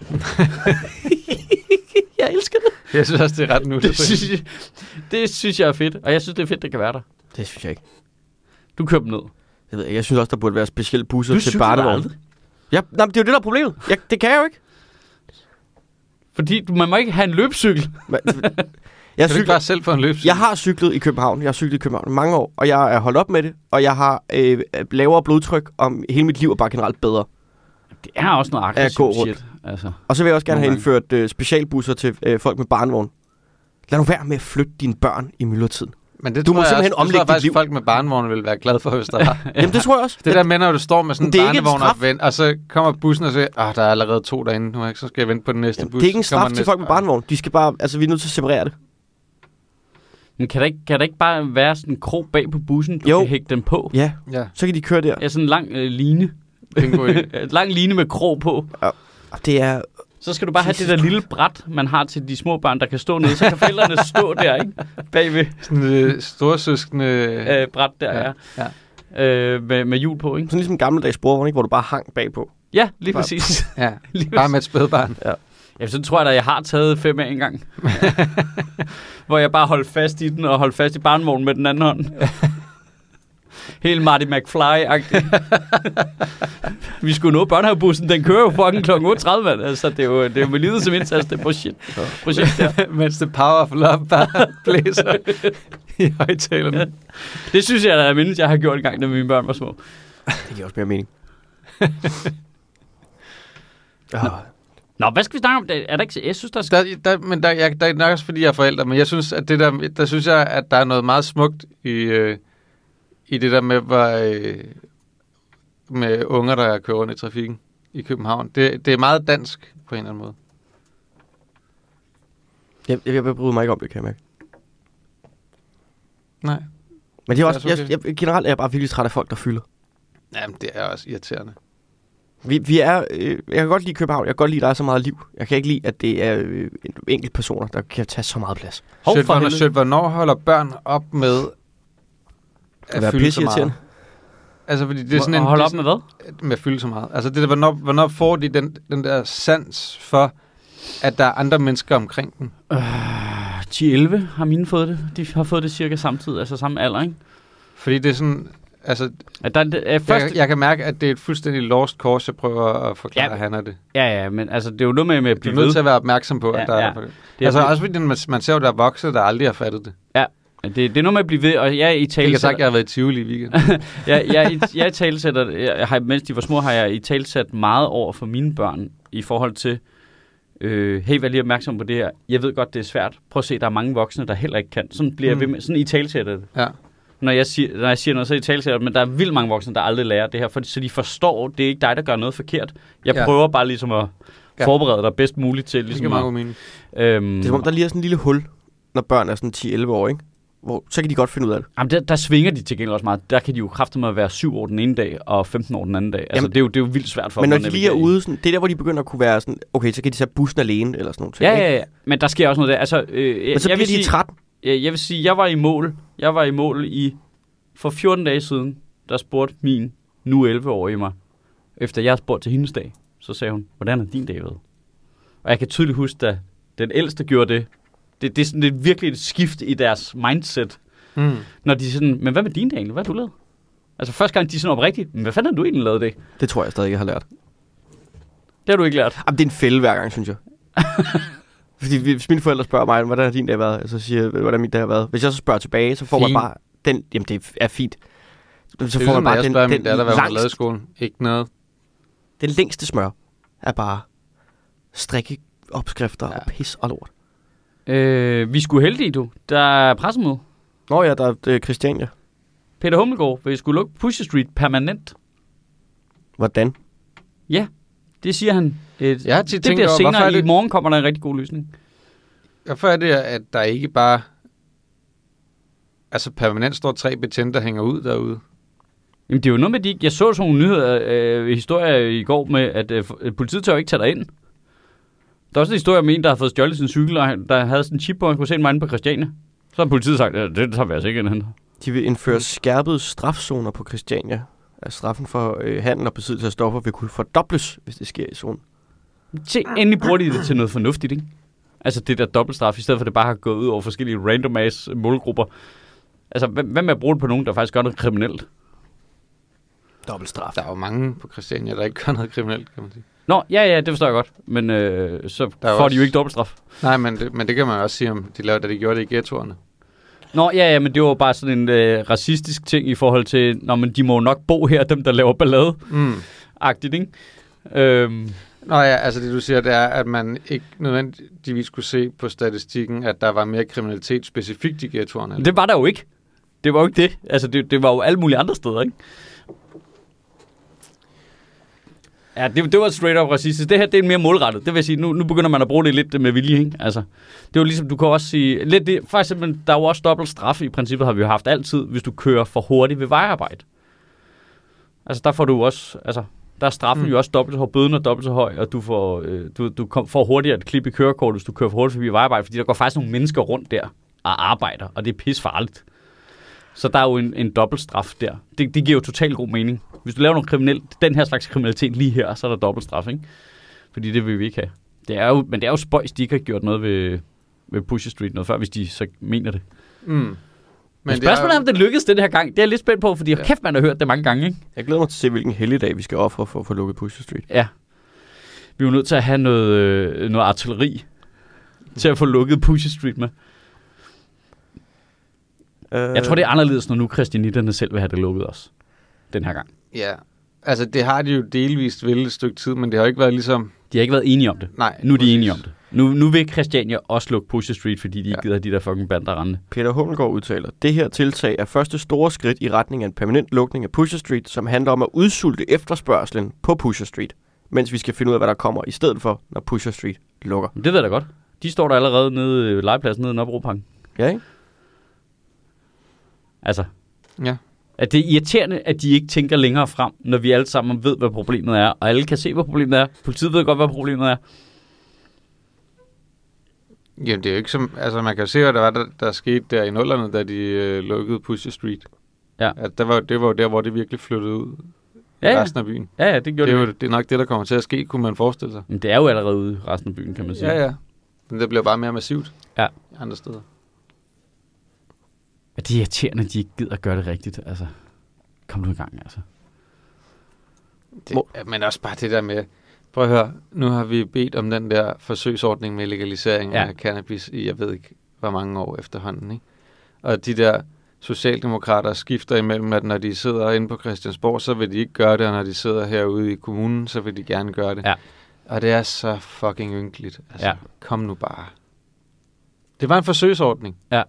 Jeg elsker det. Jeg synes også, det er ret nu. Det synes jeg er fedt, og jeg synes, det er fedt, det kan være der. Det synes jeg ikke. Du kører dem ned. Jeg ved ikke, jeg synes også, der burde være specielle busser til barnevogn. Ja, nej, det er jo det, der er problemet. Det kan jeg jo ikke. Fordi man må ikke have en løbcykel. Jeg cykler bare selv for en løbcykel. Jeg har cyklet i København. Jeg har cyklet i København i mange år, og jeg er holdt op med det, og jeg har lavere blodtryk, og hele mit liv er bare generelt bedre. Det er også noget aggressivt shit. Altså. Og så vil jeg også gerne have indført specialbusser til folk med barnevogn. Lad nu være med at flytte dine børn i myldretiden. Men det du må simpelthen omlægge dit liv. Folk med barnevogn vil være glade for, hvis der er. Jamen det tror jeg også. Det der med, når du står med sådan en barnevogn og venter, og så kommer bussen og siger, der er allerede 2 derinde nu, så skal jeg vente på den næste bus. Det er ikke en straf til folk med barnevogn. De skal bare, vi er nødt til at separere det. Men kan der ikke bare være sådan en krog bag på bussen, du kan hægge dem på? Ja, så kan de køre der. Ja, sådan en lang line. En lang line med krog på. Ja, det er... Så skal du bare have det der lille bræt, man har til de små børn, der kan stå nede. Så kan forældrene stå der, ikke? Bagved. Sådan storsøskende... bræt der, ja. Med hjul på, ikke? Sådan ligesom en gammeldags sporvogn, ikke? Hvor du bare hang bagpå. Ja, lige præcis. Ja, bare med et spædbarn. Ja. Ja, så tror jeg da, jeg har taget 5 af en gang. Hvor jeg bare holdt fast i den, og holdt fast i barnevognen med den anden hånd. Helt Marty McFly-agtigt. Vi skulle nå børnehavebussen, den kører jo fucking kl. 8.30, mand. Altså, det er jo med livet som indsats, det projekt der. Mens det power of love bare blæser i højtalerne. Det synes jeg, der er mindst, jeg har gjort en gang, da mine børn var små. Det giver også mere mening. Nå, hvad skal vi snakke om? Er der ikke... Jeg synes, der skal... Der er nok også, fordi jeg er forældre, men jeg synes, at der synes jeg, at der er noget meget smukt i det der med unger, der kører rundt i trafikken i København. Det er meget dansk på en eller anden måde. Jeg bryder mig ikke om det, kan jeg mærke. Nej. Men det er også, okay. Generelt er jeg bare virkelig træt af folk, der fylder. Jamen, det er også irriterende. Vi er... jeg kan godt lide København. Jeg kan godt lide, at der er så meget liv. Jeg kan ikke lide, at det er enkelt personer, der kan tage så meget plads. Hvornår holder børn op med at fylde så meget? Altså, fordi det er sådan holde op med hvad? Med at fylde så meget. Altså, det der, hvornår får de den der sans for, at der er andre mennesker omkring dem? 10-11 har mine fået det. De har fået det cirka samtidig, altså samme alder, ikke? Fordi det er sådan... Altså, jeg kan mærke, at det er et fuldstændig lost cause, jeg prøver at forklare, at han er det. Ja, men altså, det er jo noget med at blive nødt til at være opmærksom på, at der er... Altså, også fordi man ser jo, der er voksne, der aldrig har fattet det. Ja, det er noget med at blive ved, og jeg er i tale... Det kan sagt, jeg har været i Tivoli i weekenden. jeg i talesætter... Mens de var små, har jeg i talesat meget over for mine børn, i forhold til... hey, vær lige opmærksom på det her. Jeg ved godt, det er svært. Prøv at se, der er mange voksne, der heller ikke kan. Sådan bliver jeg ved med... Sådan i talesætter det. Ja. Når jeg siger noget, så i talesætter, men der er vildt mange voksne, der aldrig lærer det her, så de forstår, det er ikke dig, der gør noget forkert. Jeg prøver bare ligesom at forberede dig bedst muligt til. Ligesom det er mening. Det er som om, der lige er sådan en lille hul, når børn er sådan 10-11 år, ikke? Så kan de godt finde ud af det. Jamen, der svinger de til gengæld også meget. Der kan de jo kraftedeme være 7 år den ene dag, og 15 år den anden dag. Altså, det er jo vildt svært for dem. Men når de lige er ude, sådan, det er der, hvor de begynder at kunne være sådan, okay, så kan de tage bussen alene, eller sådan noget. Ja. Men der sker også noget der. Altså, men så bliver de 13. Jeg vil sige, jeg var i mål for 14 dage siden, der spurgte min nu 11-årige mig, efter jeg spurgte til hendes dag, så sagde hun, hvordan er din dag været? Og jeg kan tydeligt huske, da den ældste gjorde det. Det er sådan et virkelig et skift i deres mindset. Når de sådan, men hvad med din dag egentlig? Hvad har du lavet? Altså første gang, de er sådan oprigtigt, men hvad fanden har du egentlig lavet det? Det tror jeg stadig ikke, jeg har lært. Det har du ikke lært? Jamen, det er en fælde hver gang, synes jeg. Fordi hvis mine forældre spørger mig, hvordan har din dag været? Så siger jeg, hvordan min dag har været. Hvis jeg så spørger tilbage, så får man bare den, jamen det er fint. Så får man bare den langste, ikke noget. Den længste smør er bare strikkeopskrifter og pis og lort. Vi skulle heldige, du. Der er pressemøde. Nå ja, der er Christiania. Peter Hummelgaard vil skulle lukke Pusher Street permanent. Hvordan? Ja, det siger han. Det tænker, bliver senere. I morgen kommer der en rigtig god løsning. Hvorfor er det, at der ikke bare... Altså permanent står 3 betjente, der hænger ud derude? Jamen det er jo noget med, jeg så sådan nogle nyheder, historier i går med, at politiet tør ikke tage dig ind. Der er også en historie om en, der har fået stjålet sin cykel, og der havde sådan en chip på, og han kunne se mig inde på Christiania. Så har politiet sagt, at det tager vi altså ikke ind. De vil indføre skærpede strafzoner på Christiania. At straffen for handel og besiddelse af stoffer vil kunne fordobles, hvis det sker i zonen. Se, endelig bruger de det til noget fornuftigt, ikke? Altså det der dobbeltstraf, i stedet for det bare har gået ud over forskellige random-ass målgrupper. Altså, hvad med at bruge det på nogen, der faktisk gør noget kriminelt? Dobbeltstraf. Der er jo mange på Christiania, der ikke gør noget kriminelt, kan man sige. Nå, ja, det forstår jeg godt. Men så får de jo ikke dobbeltstraf. Nej, men det kan man også sige, om de lavede, da de gjorde det i ghettoerne. Nå, ja, men det var bare sådan en racistisk ting i forhold til, men de må jo nok bo her, dem der laver ballade. Agtigt, ikke? Nå ja, altså det du siger, det er, at man ikke nødvendigvis skulle se på statistikken, at der var mere kriminalitet specifikt i ghettoerne. Det var der jo ikke. Det var jo ikke det. Altså det var jo alle mulige andre steder, ikke? Ja, det var straight up racistisk. Det her, det er mere målrettet. Det vil sige, nu begynder man at bruge det lidt med vilje, ikke? Altså, det er jo ligesom, du kan også sige... Lidt det, for eksempel, der er jo også dobbelt straf i princippet, har vi jo haft altid, hvis du kører for hurtigt ved vejarbejde. Altså, der får du også... Altså, der er straffen jo også dobbelt så høj, bøden er dobbelt så høj, og du får hurtigere et klip i kørekort, hvis du kører for hurtigt forbi vejarbejde, fordi der går faktisk nogle mennesker rundt der og arbejder, og det er pissefarligt. Så der er jo en dobbeltstraf der. Det giver jo totalt god mening. Hvis du laver noget kriminelt, den her slags kriminalitet lige her, så er der dobbeltstraf, ikke? Fordi det vil vi ikke have. Men det er jo spøjs, de ikke har gjort noget ved Pusher Street noget før, hvis de så mener det. Men spørgsmålet er, om det lykkedes den her gang. Det er jeg lidt spændt på, fordi kæft, man har hørt det mange gange, ikke? Jeg glæder mig til at se, hvilken helligdag vi skal ofre for at få lukket Pusher Street. Ja. Vi er jo nødt til at have noget artilleri til at få lukket Pusher Street med. Jeg tror, det er anderledes, når nu christianitterne selv vil have det lukket også. Den her gang. Ja, altså det har de jo delvist vel et stykke tid, men det har jo ikke været ligesom... De har ikke været enige om det. Nej. Nu er de enige om det. Nu vil Christiania også lukke Pusher Street, fordi de ikke gider de der fucking bander rende. Peter Hummelgaard udtaler, det her tiltag er første store skridt i retning af en permanent lukning af Pusher Street, som handler om at udsulte efterspørgslen på Pusher Street, mens vi skal finde ud af, hvad der kommer i stedet for, når Pusher Street lukker. Det ved jeg da godt. De står der allerede nede ved legepladsen nede i Nørrebroparken. Ja, ikke? Altså. Ja. At det er irriterende, at de ikke tænker længere frem, når vi alle sammen ved, hvad problemet er, og alle kan se, hvad problemet er. Politiet ved godt, hvad problemet er. Jamen, det er jo ikke som... Altså, man kan jo se, hvad der skete der i 00'erne, da de lukkede Pusher Street. Ja. At det var jo der, hvor det virkelig flyttede ud i resten af byen. Ja, det gjorde det. Det er nok det, der kommer til at ske, kunne man forestille sig. Men det er jo allerede ude i resten af byen, kan man sige. Ja. Men det bliver bare mere massivt andre steder. Ja, det er irriterende, at de ikke gider at gøre det rigtigt. Altså, kom nu i gang, altså. Men også bare det der med... Prøv at høre, nu har vi bedt om den der forsøgsordning med legalisering af cannabis i, jeg ved ikke, hvor mange år efterhånden, ikke? Og de der socialdemokrater skifter imellem, at når de sidder inde på Christiansborg, så vil de ikke gøre det, og når de sidder herude i kommunen, så vil de gerne gøre det. Ja. Og det er så fucking ynkeligt. Altså, kom nu bare. Det var en forsøgsordning. Ja.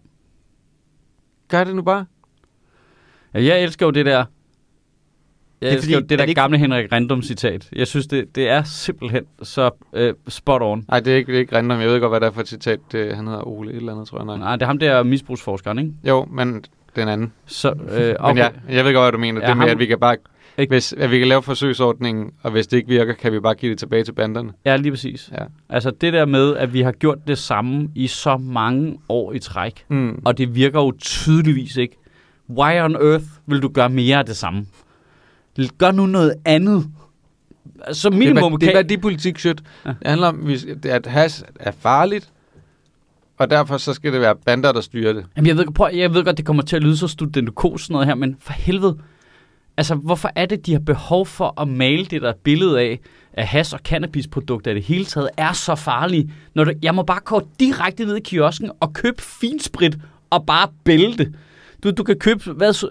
Gør det nu bare. Ja, jeg elsker jo det der. Jeg elsker jo det der gamle Henrik Rindom-citat. Jeg synes, det er simpelthen så spot on. Nej, det er ikke Rindom. Jeg ved godt, hvad det er for et citat. Han hedder Ole et eller andet, tror jeg nok. Nej, det er ham der misbrugsforskeren, ikke? Jo, men den anden. Så, okay. Men jeg ved godt, hvad du mener. Det med, at vi kan bare... At vi kan lave forsøgsordningen, og hvis det ikke virker, kan vi bare give det tilbage til banderne. Ja, lige præcis. Ja. Altså det der med, at vi har gjort det samme i så mange år i træk, og det virker jo tydeligvis ikke. Why on earth vil du gøre mere af det samme? Gør nu noget andet. Så minimum det er værdipolitik shit. Ja. Det handler om, at hash er farligt, og derfor så skal det være bander, der styrer det. Jamen, jeg ved godt, det kommer til at lyde så studentekos sådan noget her, men for helvede. Altså, hvorfor er det, de har behov for at male det der billede af, at hash- og cannabisprodukter i det hele taget er så farlige? Jeg må bare gå direkte ned i kiosken og købe finsprit og bare bælte. Du kan købe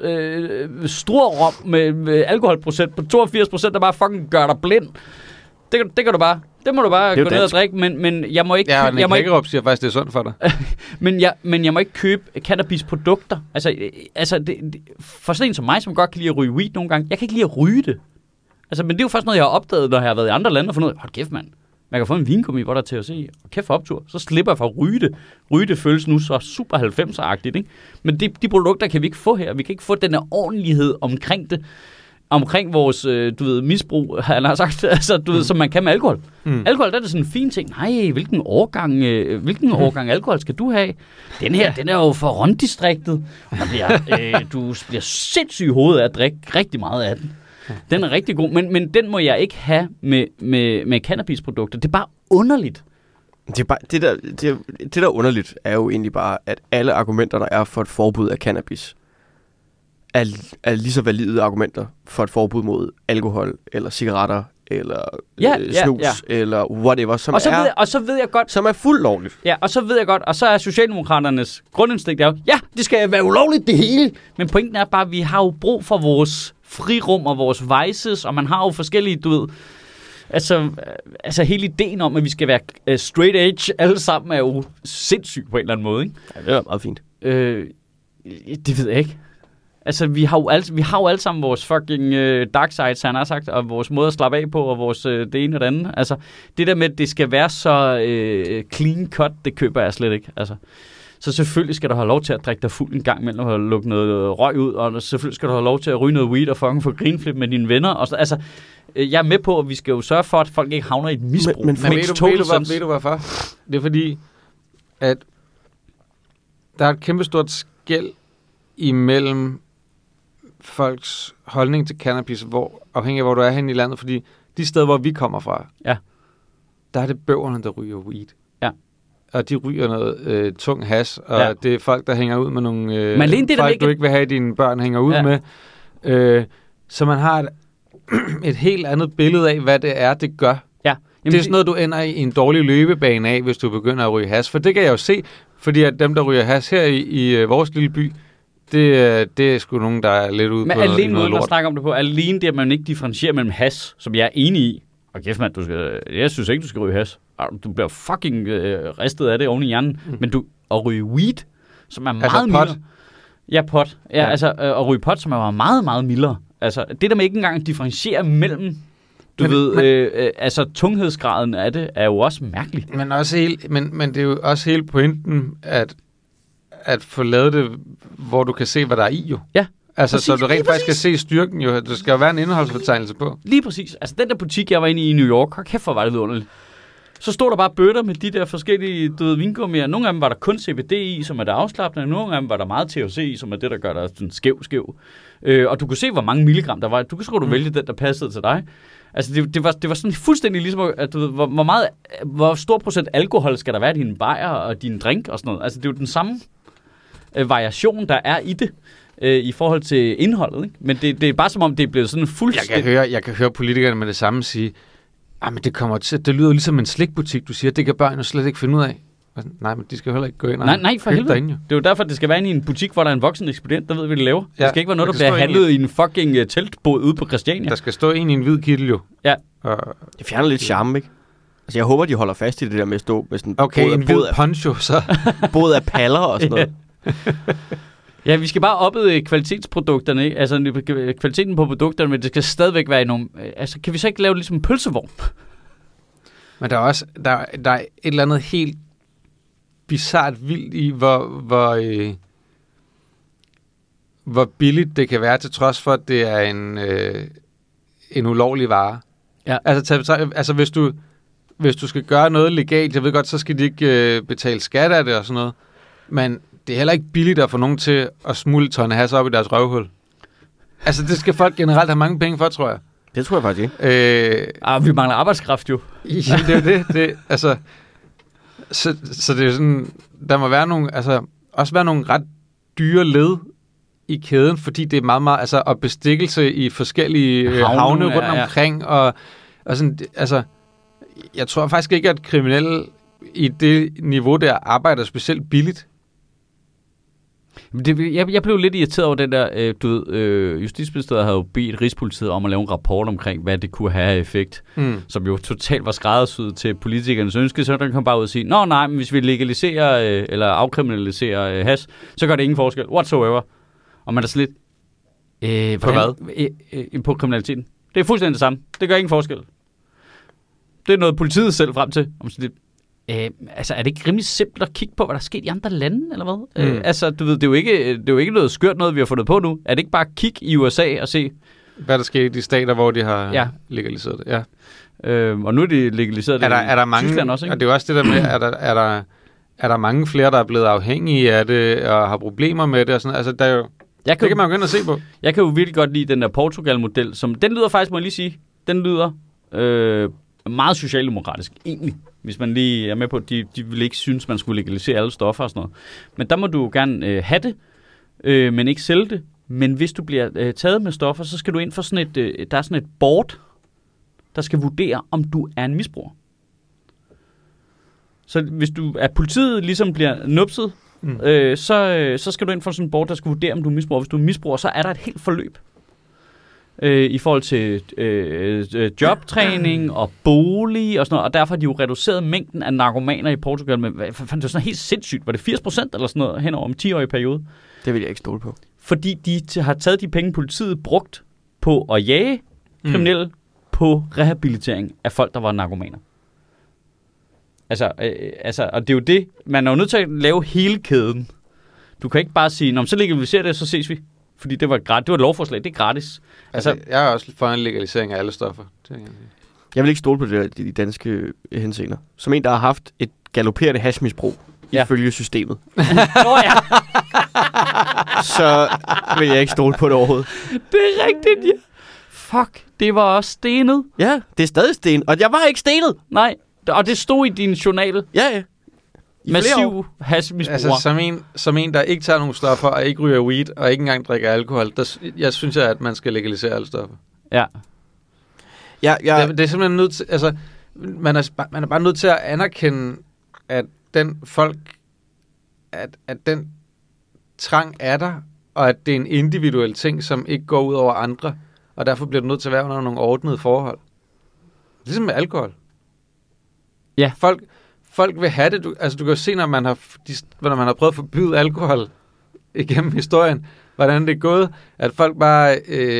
Struer-rom med alkoholprocent på 82%, der bare fucking gør dig blind. Det kan du bare. Det må du bare gå ned og drikke, men jeg må ikke... Ja, Nick Hækkerup siger faktisk, det er sundt for dig. men jeg må ikke købe cannabisprodukter. Altså for sådan en som mig, som godt kan lide at ryge weed nogle gange, jeg kan ikke lide at ryge det. Altså, men det er jo først noget, jeg har opdaget, når jeg har været i andre lande og fundet ud af, hold kæft, mand. Man kan få en vingummi, hvor der er THC, og kæft for optur. Så slipper jeg for at ryge det. Ryge det føles nu så super 90'er-agtigt, ikke? Men de produkter kan vi ikke få her. Vi kan ikke få den her ordentlighed omkring det. Omkring vores, misbrug, han har sagt, altså, som man kan med alkohol. Alkohol, der er det sådan en fin ting. Nej, hvilken årgang alkohol skal du have? Den her, den er jo for runddistriktet. Du bliver sindssyg i hovedet af at drikke rigtig meget af den. Den er rigtig god, men den må jeg ikke have med cannabisprodukter. Det er bare underligt. Det der er underligt, er jo egentlig bare, at alle argumenter, der er for et forbud af cannabis, er lige så valide argumenter for et forbud mod alkohol, eller cigaretter, eller snus, eller whatever, så ved jeg godt, som er fuldt lovligt. Ja, og så ved jeg godt, og så er Socialdemokraternes grundinstinkt jo, ja, det skal være ulovligt det hele. Men pointen er bare, at vi har jo brug for vores frirum og vores vices, og man har jo forskellige, altså hele ideen om, at vi skal være straight edge alle sammen, er jo sindssyg på en eller anden måde, ikke? Ja, det er meget fint. Det ved jeg ikke. Altså, vi har jo alle sammen vores fucking dark sides, han har sagt, og vores måde at slappe af på, og vores det ene og det andet. Altså, det der med, at det skal være så clean cut, det køber jeg slet ikke. Altså, så selvfølgelig skal du have lov til at drikke dig fuld en gang imellem og lukke noget røg ud, og selvfølgelig skal du have lov til at ryge noget weed og fucking få greenflip med dine venner. Og så, altså, jeg er med på, at vi skal jo sørge for, at folk ikke havner i et misbrug. Men ved du hvorfor? Det er fordi, at der er et kæmpestort skel imellem folks holdning til cannabis, afhængig af, hvor du er henne i landet, fordi de steder, hvor vi kommer fra, der er det bøverne, der ryger weed. Ja. og de ryger noget tung hash, og det er folk, der hænger ud med nogle folk, du ikke vil have, dine børn hænger ud med. Så man har et helt andet billede af, hvad det er, det gør. Ja. Jamen, det er sådan noget, du ender i en dårlig løbebane af, hvis du begynder at ryge hash. For det kan jeg jo se, fordi at dem, der ryger hash her i vores lille by, det er sgu nogen, der er lidt ude på noget lort. Men alene måden at snakke om det på, alene det, at man ikke differentierer mellem hash, som jeg er enig i. Og kæft mand, jeg synes ikke, du skal ryge hash. Du bliver fucking ristet af det oven i hjernen. Men at ryge weed, som er meget mildere. Ja, pot. Ja, altså at ryge pot, som er meget, meget mildere. Altså det der med ikke engang differentiere mellem, altså tunghedsgraden af det, er jo også mærkeligt. Men det er jo også hele pointen, at få lavet det, hvor du kan se, hvad der er i jo. Ja. Altså, præcis, så du rent faktisk kan se styrken jo. Der skal jo være en indholdsfortegnelse på. Lige præcis. Altså, den der butik, jeg var inde i New York, kæft hvor var det vidunderligt. Så stod der bare bøtter med de der forskellige vingummier. Nogle af dem var der kun CBD i, som er der afslappende. Nogle af dem var der meget THC i, som er det, der gør dig sådan skæv. Og du kunne se, hvor mange milligram der var. Du kunne vælge den, der passede til dig. Altså, det var sådan fuldstændig ligesom, at du ved, hvor stor procent alkohol skal der være i dine bajer og din drink og sådan noget. Altså, det er jo den samme variation, der er i det. I forhold til indholdet, ikke? Men det er bare som om, det er blevet sådan fuldstændig... Jeg kan høre politikerne med det samme sige, men det lyder jo ligesom en slikbutik, du siger, det kan børn jo slet ikke finde ud af. Nej, men de skal heller ikke gå ind og nej, for helvede. Derinde, jo. Det er jo derfor, det skal være inde i en butik, hvor der er en voksen ekspedient, der ved, hvad de laver. Ja, det skal ikke være noget, der bliver handlet i en fucking teltbåd ude på Christiania. Der skal stå en i en hvid kittel jo. Ja. Det fjerner lidt charme, ikke? Altså, jeg håber, de holder fast i det der med at stå med sådan en hvid poncho, så. Både af paller og sådan noget. Ja, vi skal bare oppe kvalitetsprodukterne, ikke? Altså kvaliteten på produkterne, men det skal stadigvæk være i nogle... Altså, kan vi så ikke lave det ligesom en pølsevogn? Men der er også der er et eller andet helt bizart vildt i, hvor billigt det kan være, til trods for, at det er en ulovlig vare. Ja. Altså hvis du skal gøre noget legalt, jeg ved godt, så skal de ikke betale skat af det og sådan noget, men det er heller ikke billigt at få nogen til at smule tonne hash op i deres røvhul. Altså, det skal folk generelt have mange penge for, tror jeg. Det tror jeg faktisk ikke. Vi mangler arbejdskraft jo. Ja, det er jo det. Altså, så det er sådan, der må være nogle, altså, også være nogle ret dyre led i kæden, fordi det er meget, meget, altså, og bestikkelse i forskellige havne rundt omkring, og sådan, altså, jeg tror faktisk ikke, at kriminelle i det niveau der arbejder specielt billigt. Jeg blev lidt irriteret over den der, Justitsministeriet havde jo bedt Rigspolitiet om at lave en rapport omkring, hvad det kunne have effekt, som jo totalt var skræddersyet til politikernes ønske, så der kom bare ud og sige, nej, men hvis vi legaliserer eller afkriminaliserer hash, så gør det ingen forskel, whatsoever. Og man er så lidt... på hvad? På kriminaliteten. Det er fuldstændig det samme. Det gør ingen forskel. Det er noget politiet selv frem til. Om så lidt, altså, er det ikke rimelig simpelt at kigge på, hvad der er sket i andre lande, eller hvad? Altså, du ved, det er jo ikke noget skørt noget, vi har fundet på nu. Er det ikke bare at kigge i USA og se... Hvad der sker i de stater, hvor de har legaliseret det? Ja. Og nu er de legaliseret det er der mange, Tyskland også, ikke? Og det er jo også det der med, er der mange flere, der er blevet afhængige af det, og har problemer med det, og sådan. Altså, der er jo... Det kan man jo gå ind og se på. Jeg kan jo virkelig godt lide den der Portugal-model, som... Den lyder faktisk, må jeg lige sige, den lyder meget socialdemokratisk, egentlig. Hvis man lige er med på, at de vil ikke synes, man skulle legalisere alle stoffer og sådan noget. Men der må du gerne have det, men ikke sælge det. Men hvis du bliver taget med stoffer, så skal du ind for sådan der er sådan et board, der skal vurdere, om du er en misbruger. Så hvis du er politiet ligesom bliver nupset, så skal du ind for sådan et board, der skal vurdere, om du er misbruger. Hvis du er misbruger, så er der et helt forløb. I forhold til jobtræning og bolig og sådan noget, og derfor har de jo reduceret mængden af narkomaner i Portugal med, det var sådan helt sindssygt, var det 80% eller sådan noget hen over en 10-årig periode? Det vil jeg ikke stole på. Fordi de har taget de penge, politiet brugt på at jage kriminelle på rehabilitering af folk, der var narkomaner. Altså, og det er jo det, man er jo nødt til at lave hele kæden. Du kan ikke bare sige, så legaliserer det, så ses vi. Fordi det var et lovforslag, det er gratis. Altså, jeg er også for en legalisering af alle stoffer. Jeg vil ikke stole på det de danske henseender. Som en, der har haft et galopperende hashmisbrug ifølge systemet. Så vil jeg ikke stole på det overhovedet. Det er rigtigt, ja. Fuck, det var også stenet. Ja, det er stadig stenet, og jeg var ikke stenet. Nej, og det stod i din journal. Ja. Massiv hashmisbruger. Altså som en, der ikke tager nogen stoffer, og ikke ryger weed, og ikke engang drikker alkohol, jeg synes, at man skal legalisere alle stoffer. Ja. Det er simpelthen nødt til, altså, man er bare nødt til at anerkende, at at den trang er der, og at det er en individuel ting, som ikke går ud over andre, og derfor bliver det nødt til at være under nogle ordnede forhold. Ligesom med alkohol. Ja. Folk vil have det. Du kan jo se, når man har prøvet at forbyde alkohol igennem historien, hvordan det er gået, at folk bare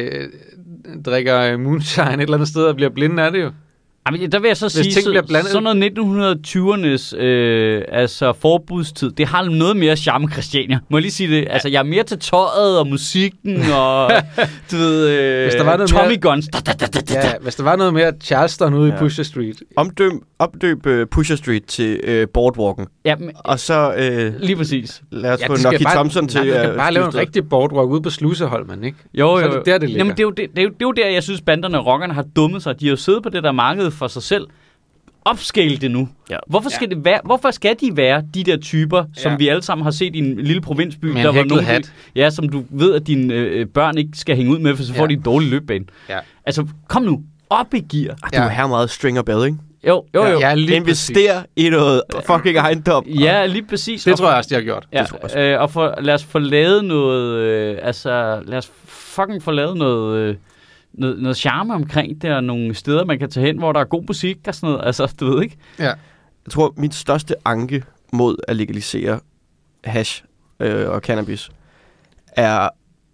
drikker moonshine et eller andet sted og bliver blinde af det jo. Jamen, der vil jeg så sige, sådan noget 1920'ernes forbudstid, det har noget mere charme, Christiania. Må jeg lige sige det? Altså, jeg er mere til tøjet og musikken og, du ved, Tommy Guns. Ja, hvis der var noget mere Charleston ude i Pusher Street. Omdøb Pusher Street til Boardwalken. Ja, og så lige præcis. Lad os få Nucky Thompson til... Du kan bare lave en rigtig boardwalk ude på Sluseholmen, ikke? Jo. Så er det der, det ligger. Jamen, det er jo der, jeg synes, banderne og rockerne har dummet sig. De har jo siddet på det der marked for sig selv. Upscale det nu. Ja. Hvorfor skal de være de der typer, som vi alle sammen har set i en lille provinsby, med der var nogen, hat. som du ved, at dine børn ikke skal hænge ud med, for så får de en dårlig løbbane. Ja. Altså, kom nu. Op i gear. Du er her meget Stringer Bell, ikke? Jo. Ja, invester i noget fucking ejendom. Ja, lige præcis. Det tror jeg også, de har gjort. Ja, og lad os få lavet noget... lad os fucking få lavet noget charme omkring det, og nogle steder, man kan tage hen, hvor der er god musik og sådan noget. Altså, du ved ikke? Ja. Jeg tror, mit største anke mod at legalisere hash og cannabis er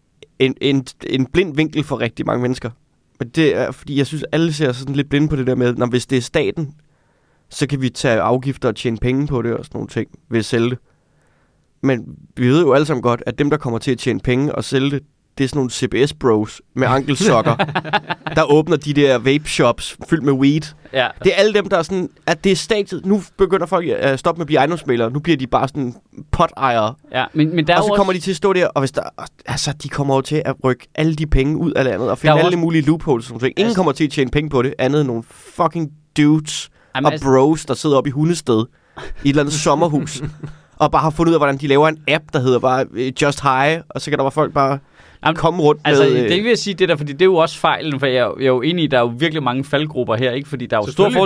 en blind vinkel for rigtig mange mennesker. Men det er, fordi jeg synes, alle ser sådan lidt blinde på det der med, når hvis det er staten, så kan vi tage afgifter og tjene penge på det og sådan nogle ting ved at sælge det. Men vi ved jo alle sammen godt, at dem, der kommer til at tjene penge og sælge det, det er sådan nogle CBS-bros med ankelsokker, der åbner de der vape-shops fyldt med weed. Ja. Det er alle dem, der er sådan, at det er statet. Nu begynder folk at stoppe med at blive ejendomsmælere. Nu bliver de bare sådan pot-ejere. Ja, men der og så kommer de til at stå der, og hvis der, de kommer jo til at rykke alle de penge ud af landet og finde alle mulige loopholes. Ingen kommer til at tjene penge på det, andet end nogle fucking dudes og bros, der sidder oppe i Hundested i et eller andet sommerhus, og bare har fundet ud af, hvordan de laver en app, der hedder bare Just High, og så kan der bare folk bare komme rundt med... Altså, det vil jeg sige det der, fordi det er jo også fejlen, for jeg er jo enig i, der er jo virkelig mange faldgrupper her, ikke? Fordi der er jo stor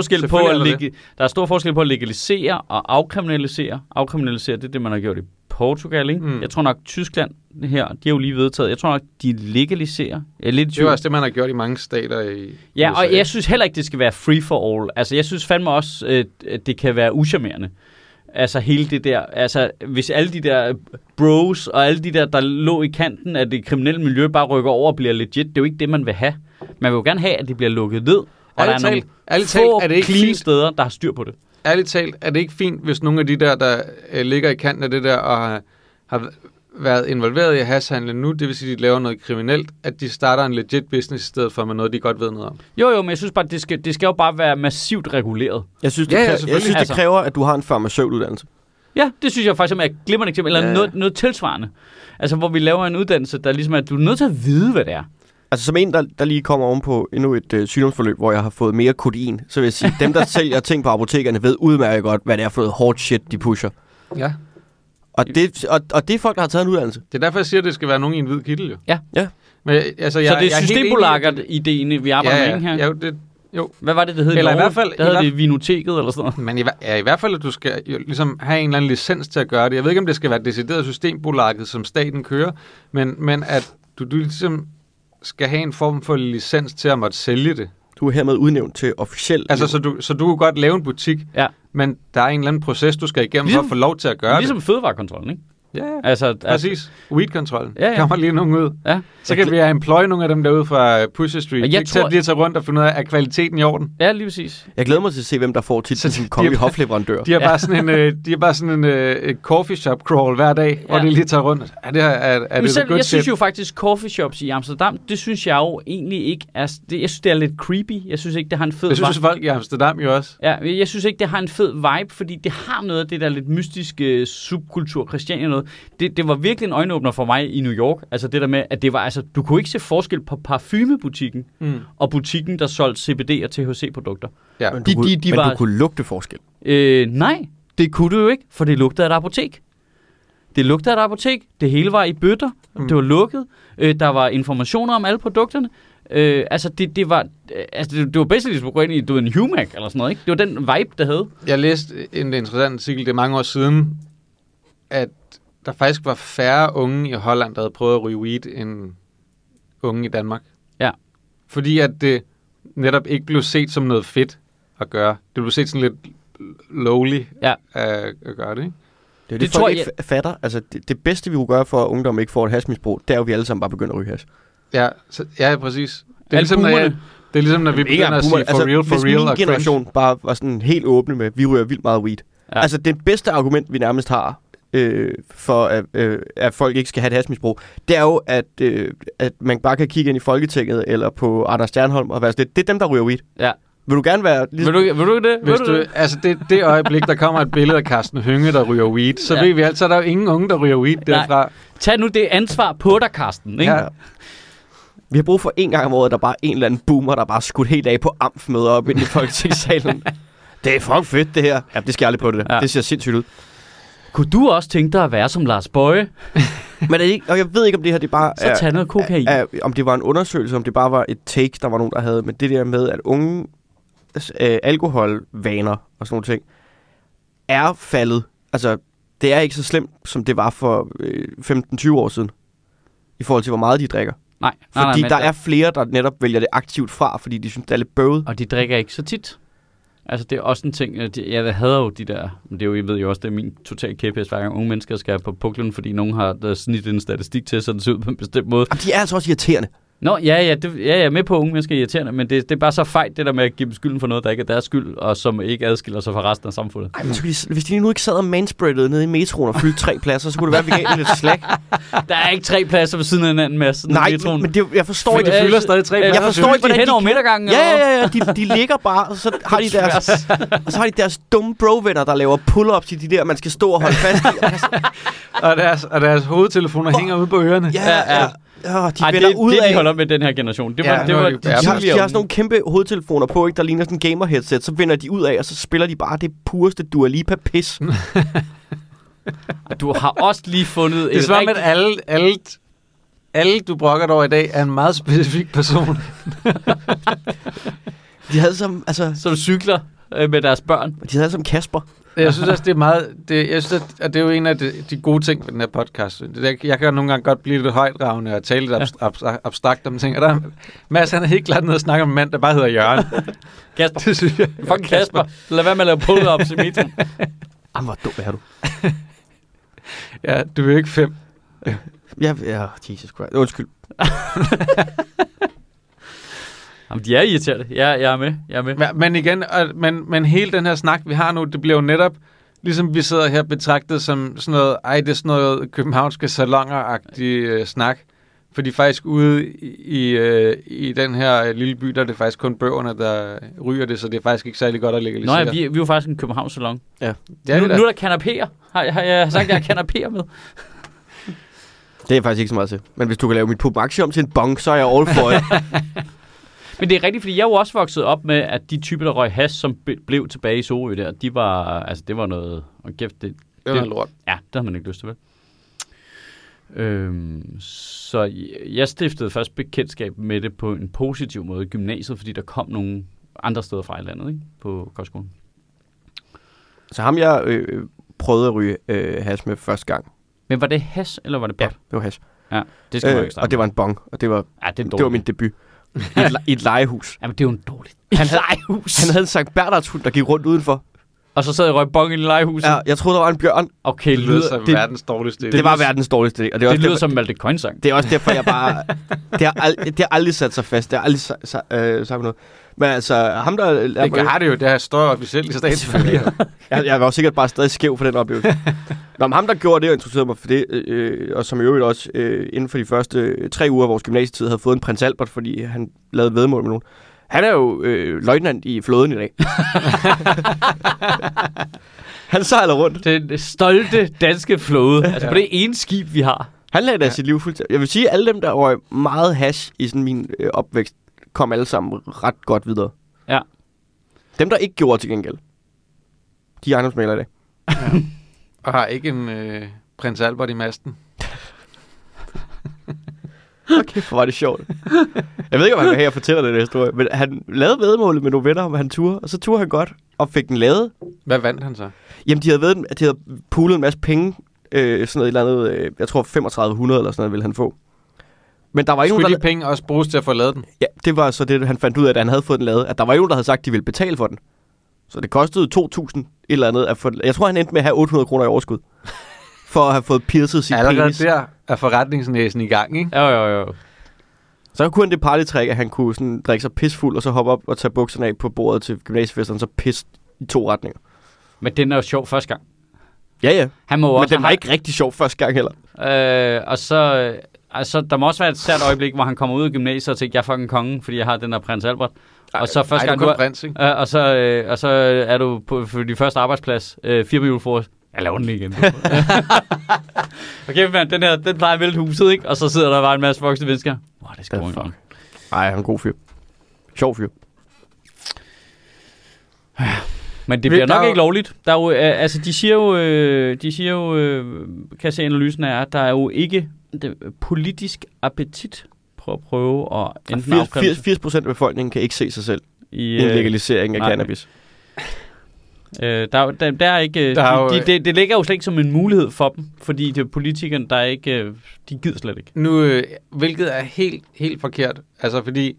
forskel på at legalisere og afkriminalisere. Afkriminalisere, det er det, man har gjort i Portugal, ikke? Jeg tror nok, Tyskland her, de har jo lige vedtaget. Jeg tror nok, de legaliserer. Det er jo også det, man har gjort i mange stater i USA. og jeg synes heller ikke, det skal være free for all. Altså, jeg synes fandme også, at det kan være uschammerende. Altså hele det der, altså hvis alle de der bros og alle de der lå i kanten af det kriminelle miljø, bare rykker over og bliver legit, det er jo ikke det, man vil have. Man vil jo gerne have, at det bliver lukket ned, og der er nogle få clean steder, der har styr på det. Ærligt talt, er det ikke fint, hvis nogle af de der ligger i kanten af det der, og har været involveret i hashhandlen nu, det vil sige, at de laver noget kriminelt, at de starter en legit business i stedet for med noget, de godt ved noget om. Jo, men jeg synes bare, det skal jo bare være massivt reguleret. Jeg synes, det kræver, at du har en farmaceutuddannelse. Ja, det synes jeg faktisk er et glimrende eksempel, eller noget tilsvarende. Altså, hvor vi laver en uddannelse, der ligesom er, at du er nødt til at vide, hvad det er. Altså, som en, der lige kommer ovenpå endnu et sygdomsforløb, hvor jeg har fået mere kodein, så vil jeg sige, dem, der sælger ting på apotekerne, ved udmærket godt, hvad det er for noget hårdt shit, de pusher. Ja. Og det er folk, der har taget en uddannelse. Det er derfor, jeg siger, at det skal være nogen i en hvid kittel, jo. Ja. Men, altså, så det er Systembolaget-ideen, vi arbejder med her? Jo. Hvad var det hed? Eller i hvert fald... Der hedder det Vinoteket eller sådan noget. Men i hvert fald, at du skal ligesom have en eller anden licens til at gøre det. Jeg ved ikke, om det skal være decideret Systembolaget, som staten kører, men at du ligesom skal have en form for licens til at måtte sælge det. Du er hermed udnævnt til officielt... Altså, så du kan godt lave en butik, men der er en eller anden proces, du skal igennem for at få lov til at gøre det. Ligesom fødevarekontrollen, ikke? Ja, altså, præcis. Weed-kontrollen. Ja. Kommer lige nogen ud. Ja. Så kan vi employe nogle af dem derude fra Pusher Street. Jeg tror, de tager rundt og finde ud af, er kvaliteten i orden. Ja, lige præcis. Jeg glæder mig til at se, hvem der får titlen som kongelig hofleverandør. De har bare sådan en coffee shop crawl hver dag, hvor de lige tager rundt. Jeg synes jo faktisk, coffee shops i Amsterdam, det synes jeg jo egentlig ikke er... Jeg synes, det er lidt creepy. Jeg synes ikke, det har en fed vibe. Det synes folk i Amsterdam jo også. Ja, jeg synes ikke, det har en fed vibe, fordi det har noget af det der lidt mystiske subkultur, Christiania noget. Det var virkelig en øjenåbner for mig i New York. Altså det der med, at det var altså, du kunne ikke se forskel på parfumebutikken og butikken, der solgte CBD og THC-produkter. Ja, men du kunne lugte forskel. Nej, Det kunne du jo ikke, for det lugtede af et apotek. Det hele var i bøtter. Det var lukket. Der var informationer om alle produkterne. Det var basically, at du gå ind i en Humac eller sådan noget, ikke? Det var den vibe, der havde. Jeg læste en interessant artikel, det er mange år siden, at der faktisk var færre unge i Holland, der havde prøvet at ryge weed, end unge i Danmark. Ja. Fordi at det netop ikke blev set som noget fedt at gøre. Det blev set sådan lidt lowly at gøre det, ikke? Det tror jeg ikke fatter. Altså, det bedste, vi kunne gøre for, at ungdom ikke får et hashmisbrug, det er jo, at vi alle sammen bare begynder at ryge hash. Ja, præcis. Det er ligesom, når vi begynder at sige for real, hvis min generation bare var sådan helt åbne med, vi ryger vildt meget weed. Ja. Altså, det bedste argument, vi nærmest har, for at folk ikke skal have et hashmisbrug, det er jo, at man bare kan kigge ind i Folketinget eller på Anders Stjernholm og være sådan lidt, det er dem, der ryger weed. Ja. Vil du gerne være... Vil du det? Altså, det øjeblik, der kommer et billede af Karsten Hønge, der ryger weed, så ved vi altså, at der er jo ingen unge, der ryger weed derfra. Tag nu det ansvar på dig, Karsten, ikke? Ja. Vi har brug for en gang om året, der bare en eller anden boomer, der bare skudt helt af på amf-møder op inde i Folketingssalen. Det er fucking fedt, det her. Ja, det skal jeg aldrig på det. Ja. Det ser sindssygt ud. Kunne du også tænke dig at være som Lars Boje? Men og jeg ved ikke, om det her det bare så tag noget kokain. Om det var en undersøgelse, om det bare var et take, der var nogen, der havde. Men det der med, at unge alkoholvaner og sådan nogle ting er faldet. Altså, det er ikke så slemt, som det var for 15-20 år siden. I forhold til, hvor meget de drikker. Nej. Fordi der er flere, der netop vælger det aktivt fra, fordi de synes, det er lidt bøvet. Og de drikker ikke så tit. Altså, det er også en ting, jeg hader jo de der, men det er jo, jeg ved jo også, det er min total kæphest, hver gang unge mennesker skal på puklen, fordi nogen har snit en statistik til, så det ser ud på en bestemt måde. Jamen, de er altså også irriterende. Nå, jeg er med på, at unge mennesker er irriterende, men det er bare så fejt, det der med at give dem skylden for noget, der ikke er deres skyld, og som ikke adskiller sig fra resten af samfundet. Ej, men hvis de nu ikke sad og manspreadede nede i metroen og fyldte 3 pladser, så kunne det være, at vi gav lidt slack. Der er ikke 3 pladser ved siden af hinanden, Mads. Nej, men det, jeg forstår ikke. De fylder stadig 3 pladser. Jeg forstår ikke, hvordan hen over midtergangen. Ja. De ligger bare, og så har de deres dumme bro-venner, der laver pull-ups i de der, man skal stå og holde fast i. og deres hovedtelefoner hænger ude på ørerne. Ja. De vender ud af. De holder med den her generation. De har sådan nogle kæmpe hovedtelefoner på, ikke, der ligner sådan en gamer-headset. Så vender de ud af, og så spiller de bare det pureste Dua Lipa-pis. Du har også lige fundet... Det er som at alle du brokker dig over i dag, er en meget specifik person. De havde som cykler med deres børn. De havde som Kasper. Jeg synes også, det er meget... jeg synes, at det er jo en af de gode ting med den her podcast. Jeg kan nogle gange godt blive lidt højtravende og tale lidt abstrakt om ting. Og der Mads, han er helt klart nede og snakke om en mand, der bare hedder Jørgen. Kasper. Det synes jeg. Fuck Kasper. Lad være med at lave pull-ups i metroen. Jamen, hvor dum er du? Ja, du er jo ikke 5. Ja, Jesus Christ. Undskyld. Jamen, de er irriterende. Jeg er med. Men igen, men hele den her snak, vi har nu, det bliver jo netop, ligesom vi sidder her betragtet som sådan noget, det er sådan noget københavnske salonger-agtig snak. Fordi faktisk ude i den her lille by, der er det faktisk kun bøgerne, der ryger det, så det er faktisk ikke særlig godt at legalisere. Nå ja, vi er jo faktisk en Københavns salon. Ja. Nu er der kanapéer. Har jeg sagt, at jeg har kanapéer med? Det er faktisk ikke så meget til. Men hvis du kan lave mit Pumaxi om til en bong, så er jeg all for it. Men det er rigtigt, fordi jeg er jo også vokset op med, at de typer, der røg hash, som blev tilbage i Sorø der, de var, altså det var noget, og kæft, det var lort. Ja, det havde man ikke lyst til, vel? Så jeg stiftede først bekendtskab med det på en positiv måde i gymnasiet, fordi der kom nogle andre steder fra i landet, ikke? På kostskolen. Så ham jeg prøvede at ryge hash med første gang. Men var det hash, eller var det pot? Ja, det var hash. Ja, det skal man ikke starte. Og det var en bong, og det var, det var min debut. I et legehus. Jamen, det er jo en dårligt. Han havde en Sankt Bernhards hund, der gik rundt udenfor. Og så sad jeg og røg bong i legehuset? Ja, jeg troede, der var en bjørn. Okay, det lyder som verdens dårligste idé. Det var verdens dårligste idé. Og det lyder som Malte Coyne-sang. Det er også derfor, jeg bare... det har aldrig sat sig fast. Det har aldrig sagt noget. Men altså, ham der... Det har det jo. Det her står officielt i statspapirer. Jeg var sikkert bare stadig skæv for den oplevelse. Nå, men ham der gjorde det og introducerede mig for det, og som i øvrigt også inden for de første 3 uger af vores gymnasietid havde fået en prins Albert, fordi han lavede væddemål med nogen. Han er jo løjtnant i flåden i dag. Han sejler rundt. Den stolte danske flåde. Altså på det ene skib, vi har. Han lagde da sit liv fuldstændig. Jeg vil sige, at alle dem, der røg meget hash i sådan min opvækst, kom alle sammen ret godt videre. Ja. Dem, der ikke gjorde til gengæld, de er ejendomsmælere i dag. Ja. Og har ikke en prins Albert i masten. Okay, hvor var det sjovt. Jeg ved ikke, om han vil have at fortælle den historie, men han lavede væddemålet med nogle venner, om han turde, og så turde han godt, og fik den lavet. Hvad vandt han så? Jamen, de havde poolet en masse penge, sådan noget, et eller andet, jeg tror 3500 eller sådan noget, ville han få. Men der var ikke nogen, nogen, de penge også bruges til at få lavet den? Ja, det var så det, han fandt ud af, da han havde fået den lavet, at der var ikke nogen, der havde sagt, at de ville betale for den. Så det kostede 2.000 et eller andet. Jeg tror, han endte med at have 800 kroner i overskud. For at have fået pierced sin allerede penis. Der er forretningsnæsen i gang, ikke? Jo. Så kunne han det partytrick, at han kunne sådan drikke sig pisfuld, og så hoppe op og tage bukserne af på bordet til gymnasiefesten, så pisse i 2 retninger. Men den er jo sjov første gang. Ja. Han må men den var ikke rigtig sjov første gang heller. Og så... Altså, der må også være et sært øjeblik, hvor han kommer ud af gymnasiet og tænker, jeg er fucking kongen, fordi jeg har den der prins Albert. Og så første gang, og så er du på din første arbejdsplads, 4 på julefrokost. Jeg laver den igen. Okay, man, den plejer at vælte huset, ikke? Og så sidder der bare en masse voksne mennesker. Wow, det skal gå. Nej, han er en god fyr. Sjov fyr. Men det bliver nok ikke lovligt. Der er jo, altså, de siger jo, kan jeg se analysen af, at der er jo ikke politisk appetit på at prøve at enten 80% af befolkningen kan ikke se sig selv i en legalisering af cannabis. Der er ikke... Det ligger jo slet ikke som en mulighed for dem, fordi det er politikerne, der ikke... De gider slet ikke. Nu, hvilket er helt forkert. Altså, fordi...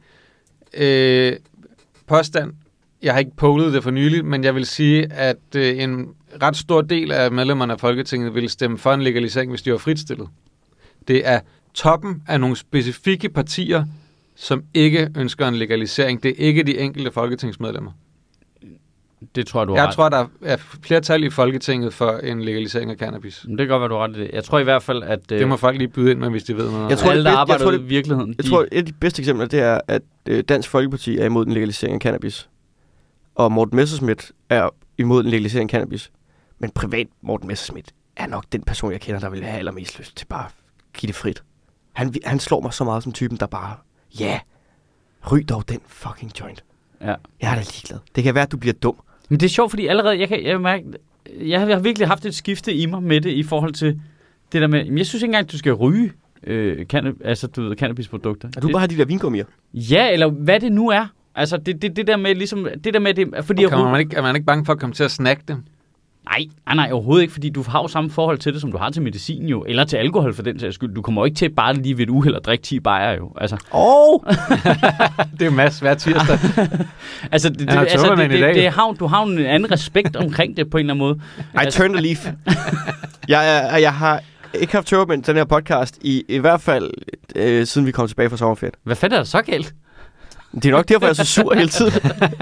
påstand... Jeg har ikke pollet det for nylig, men jeg vil sige, at en ret stor del af medlemmerne af Folketinget vil stemme for en legalisering, hvis de var fritstillet. Det er toppen af nogle specifikke partier, som ikke ønsker en legalisering. Det er ikke de enkelte folketingsmedlemmer. Det tror du Jeg tror, der er flertal i Folketinget for en legalisering af cannabis. Det kan godt være, du har ret i det. Jeg tror i hvert fald, at... Det må folk lige byde ind med, hvis de ved noget. Jeg tror, alle, der arbejder i virkeligheden... Jeg tror, et af de bedste eksempler, det er, at Dansk Folkeparti er imod den legalisering af cannabis. Og Morten Messerschmidt er imod den legalisering af cannabis. Men privat Morten Messerschmidt er nok den person, jeg kender, der vil have allermest lyst til bare at give det frit. Han slår mig så meget som typen, der bare... ryg dog den fucking joint. Ja. Jeg er da ligeglad. Det kan være, at du bliver dum. Men det er sjovt, fordi allerede... Jeg har virkelig haft et skifte i mig med det, i forhold til det der med... Jeg synes ikke engang, du skal ryge cannabisprodukter. Og du bare har de der vingummier. Ja, eller hvad det nu er. Altså, det der med ligesom... Det der med det... Fordi er man ikke bange for at komme til at snakke dem? Nej, overhovedet ikke, fordi du har jo samme forhold til det, som du har til medicin jo, eller til alkohol for den sags skyld. Du kommer jo ikke til bare lige ved et uheld at drikke 10 bajer jo. Altså. Det er jo Mads hver tirsdag. Altså, du har jo en anden respekt omkring det på en eller anden måde. I turned a leaf. Jeg har ikke haft tørmænd til den her podcast i hvert fald siden vi kom tilbage fra sommerferien. Hvad fanden er der så galt? Det er nok derfor, jeg er så sur hele tiden.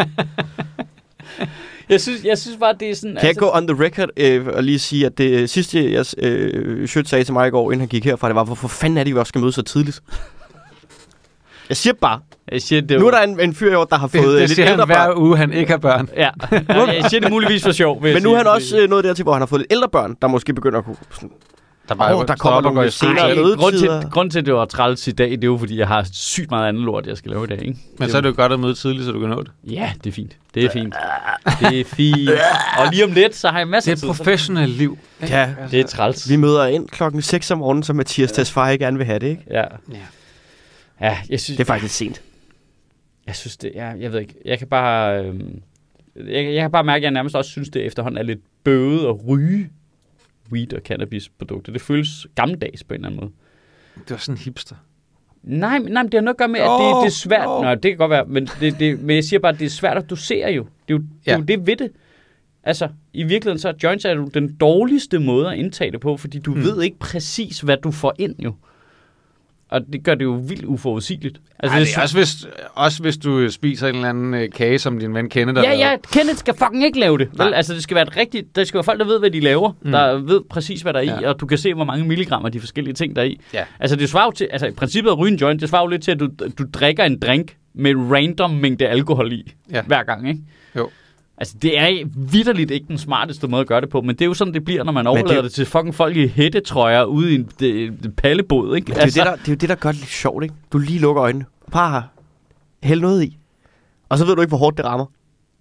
Jeg synes bare, det er sådan... Kan jeg gå on the record og lige sige, at det sidste, jeg sagde til mig i går, inden han gik herfra, det var, hvorfor fanden er det, vi også skal møde så tidligt? Jeg siger bare, nu er der en fyr i år, der har fået lidt ældre børn. Hver uge, han ikke har børn. Ja, jeg siger det muligvis for sjov. Men nu er han også nået dertil, hvor han har fået lidt ældre børn, der måske begynder at kunne... Der kommer nogle senere mødetider. Grunden til, at det var træls i dag, det er jo, fordi jeg har sygt meget andet lort, jeg skal lave i dag, ikke? Men så er det jo godt at møde tidligt, så du kan nå det. Ja, det er fint. Det er fint. Og lige om lidt, så har jeg masser af tid. Det er et professionelt liv. Ja, det er træls. Vi møder ind 6:00 om morgenen, så Mathias Tesfaye gerne vil have det, ikke? Ja, jeg synes... Det er faktisk sent. Jeg synes det... Jeg ved ikke. Jeg kan bare... Jeg kan bare mærke, at jeg nærmest også synes, det efterhånden er lidt bøvet at ryge weed og cannabisprodukter. Det føles gammeldags på en eller anden måde. Det var sådan en hipster. Nej, men det har noget at gøre med, at det er svært. Nå, det kan godt være, men jeg siger bare, at det er svært at dosere jo. Det er jo det ved det. Altså, i virkeligheden så joints er jo den dårligste måde at indtage det på, fordi du ved ikke præcis, hvad du får ind jo. Og det gør det jo vildt uforudsigeligt. Altså, det er også hvis du spiser en eller anden kage, som din ven Kenneth. Ja, Kenneth skal fucking ikke lave det. Vel? Altså, det skal være folk, der ved, hvad de laver. Der ved præcis, hvad der er i, og du kan se, hvor mange milligrammer de forskellige ting, der er i. Ja. Altså, det svarer til, altså, i princippet at ryge en joint, det svarer jo lidt til, at du drikker en drink med random mængde alkohol i hver gang, ikke? Jo. Altså, det er vitterligt ikke den smarteste måde at gøre det på, men det er jo sådan, det bliver, når man overlader det til fucking folk i hættetrøjer ude i en pallebåd, ikke? Det er jo det, der gør det lidt sjovt, ikke? Du lige lukker øjnene, bare hælde noget i, og så ved du ikke, hvor hårdt det rammer.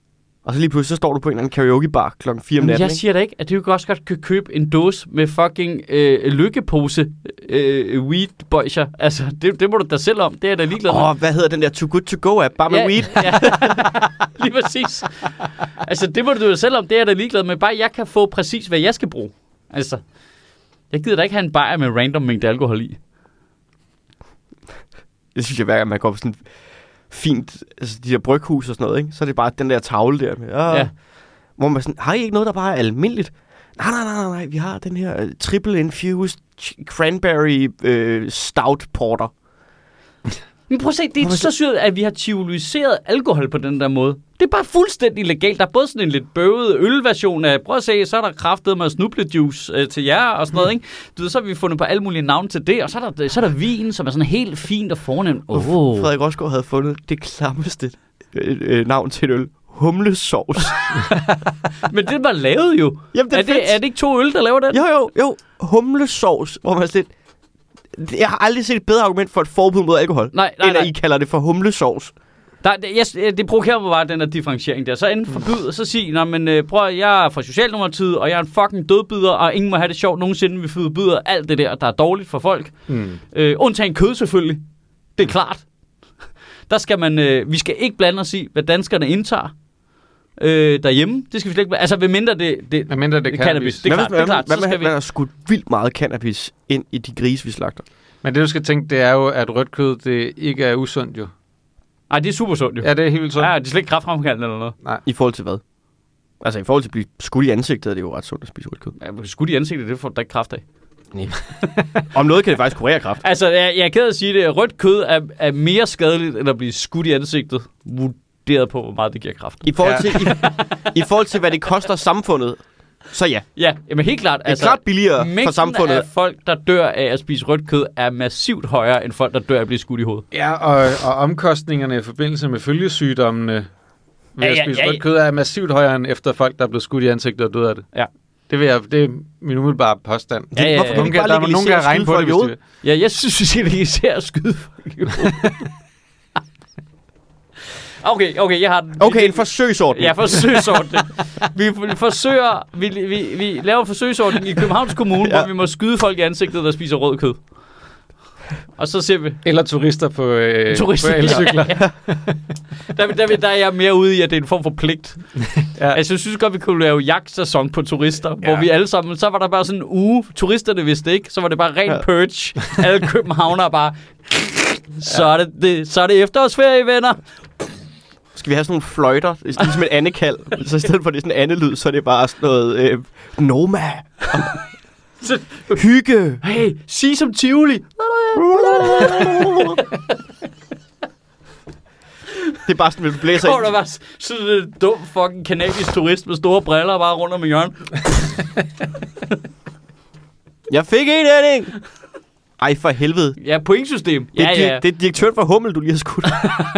Og så lige pludselig, så står du på en eller anden karaokebar klokken 4 om natten. Jeg siger da ikke, at du kan også godt kan købe en dåse med fucking lykkepose weed-bøjser. Altså, det må du da selv om. Det er da ligeglad med. Hvad hedder den der Too Good To Go-app? Bare med weed? Ja. Lige præcis. Altså, det må du da selv om. Det er da ligeglad med. Bare jeg kan få præcis, hvad jeg skal bruge. Altså, jeg gider da ikke have en bajer med random mængde alkohol i. Det synes jeg, hver gang man går på sådan fint, altså de der bryghus og sådan noget, ikke? Så er det bare den der tavle der med, hvor man sådan, har I ikke noget, der bare er almindeligt? Nej, vi har den her triple infused cranberry stout porter. Men prøv at se, det er så sygt, at vi har tivolisereret alkohol på den der måde. Det er bare fuldstændig legalt. Der er både sådan en lidt bøvet ølversion af, prøv at se, så er der kraftet med snublejuice til jer og sådan noget, ikke? Du ved, så har vi fundet på alle mulige navne til det, og så er der vin, som er sådan helt fint og fornemt. Frederik Rosgaard havde fundet det klammeste navn til en øl. Humlesovs. Men det var lavet jo. Jamen, er det ikke 2 øl, der laver det? Jo. Humlesovs, hvor man lidt... Jeg har aldrig set et bedre argument for et forbud mod alkohol, end at I kalder det for humlesovs. Det provokerer mig bare, den der differentiering der. Så enten forbyde, og så sige, jeg er fra Socialdemokratiet, og jeg er en fucking dødbyder, og ingen må have det sjovt nogensinde. Vi forbyder alt det der er dårligt for folk. Undtagen kød selvfølgelig. Det er klart. Der skal vi skal ikke blande os i, hvad danskerne indtager derhjemme. Det skal vi slet ikke. Altså, ved mindre det cannabis. Det er klart. Det er klart. Man har skudt vildt meget cannabis ind i de grise, vi slagter. Men det, du skal tænke, det er jo, at rødt kød, det ikke er usundt jo. Nej, det er super sundt jo. Ja, det er helt vildt sundt. Ja, det er slet ikke kræftfremkaldende eller noget. Nej. I forhold til hvad? Altså, i forhold til at blive skudt i ansigtet, er det jo ret sundt at spise rødt kød. Ja, skudt i ansigtet, det får du ikke kræft af. Nej. Om noget kan det faktisk kurere kræft. Altså, jeg er ked af at sige det. Rødt kød er mere skadeligt, end at blive skudt i ansigtet. Vurderet på, hvor meget det giver kræft. I forhold til, hvad det koster samfundet, så ja. Ja, men helt klart. Det er klart billigere for samfundet. Mængden af folk, der dør af at spise rødt kød, er massivt højere, end folk, der dør af at blive skudt i hovedet. Ja, og omkostningerne i forbindelse med følgesygdommene ved at spise rødt kød er massivt højere, end efter folk, der er blevet skudt i ansigtet og døde af det. Ja. Det er min umiddelbare påstand. Hvorfor kan de bare legalisere at skyde folk i hovedet? Ja, jeg synes, vi skal legalisere at skyde folk i hovedet. Okay, jeg har den. Okay, en forsøgsordning. Ja, forsøgsordning. Vi laver en forsøgsordning i Københavns Kommune, hvor vi må skyde folk i ansigtet, der spiser rød kød. Og så ser vi... Eller turister på elcykler. Ja. Der er jeg mere ude i, at det er en form for pligt. Ja. Altså, jeg synes godt, vi kunne lave jagtsæson på turister, hvor vi alle sammen... Så var der bare sådan en uge. Turisterne vidste ikke. Så var det bare ren purge. Alle københavnere bare... Så er det efterårsferie, venner. Skal vi have sådan nogle fløjter? Det er ligesom et andekald. Så i stedet for det sådan en andelyd, så er det bare sådan noget... Noma. Hygge. Hey, sig som Tivoli. Det er bare sådan, hvis du blæser ind. Der var sådan en dum fucking kanadisk turist med store briller bare rundt om i hjørnet. Jeg fik en Henning. Ej, for helvede. Ja, pointsystem. Det er direktøren for Hummel, du lige har skudt.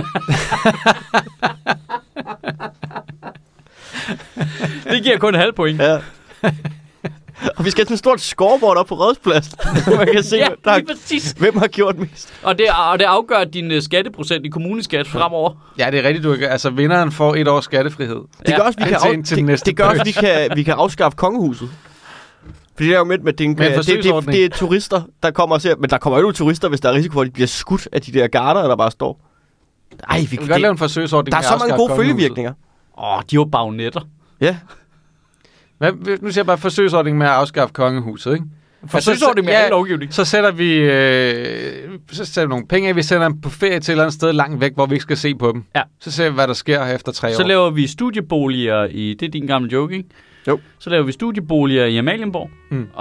Det giver kun halv point. Ja. Og vi skal have sådan et stort scoreboard op på Rådspladsen, så man kan se, hvem har gjort mest. Og det afgør din skatteprocent i kommuneskat fremover. Ja, det er rigtigt. Altså, vinderen får 1 års skattefrihed. Det gør også, vi kan afskaffe kongehuset. Fordi det er jo med det er turister, der kommer og ser. Men der kommer jo turister, hvis der er risiko for, at de bliver skudt af de der garder, der bare står. Ej, vi kan godt lave en forsøgsordning. Der er så mange gode følgevirkninger. De er jo bagnetter. Ja. Men nu siger jeg bare forsøgsordning med at afskaffe kongehuset, ikke? Forsøgsordning med alle lovgivning. Så sætter vi nogle penge af. Vi sender dem på ferie til et eller andet sted langt væk, hvor vi ikke skal se på dem. Ja. Så ser vi, hvad der sker efter 3 år. Så laver vi studieboliger i... Det er din gamle joke, ikke? Jo. Så laver vi studieboliger i Amalienborg.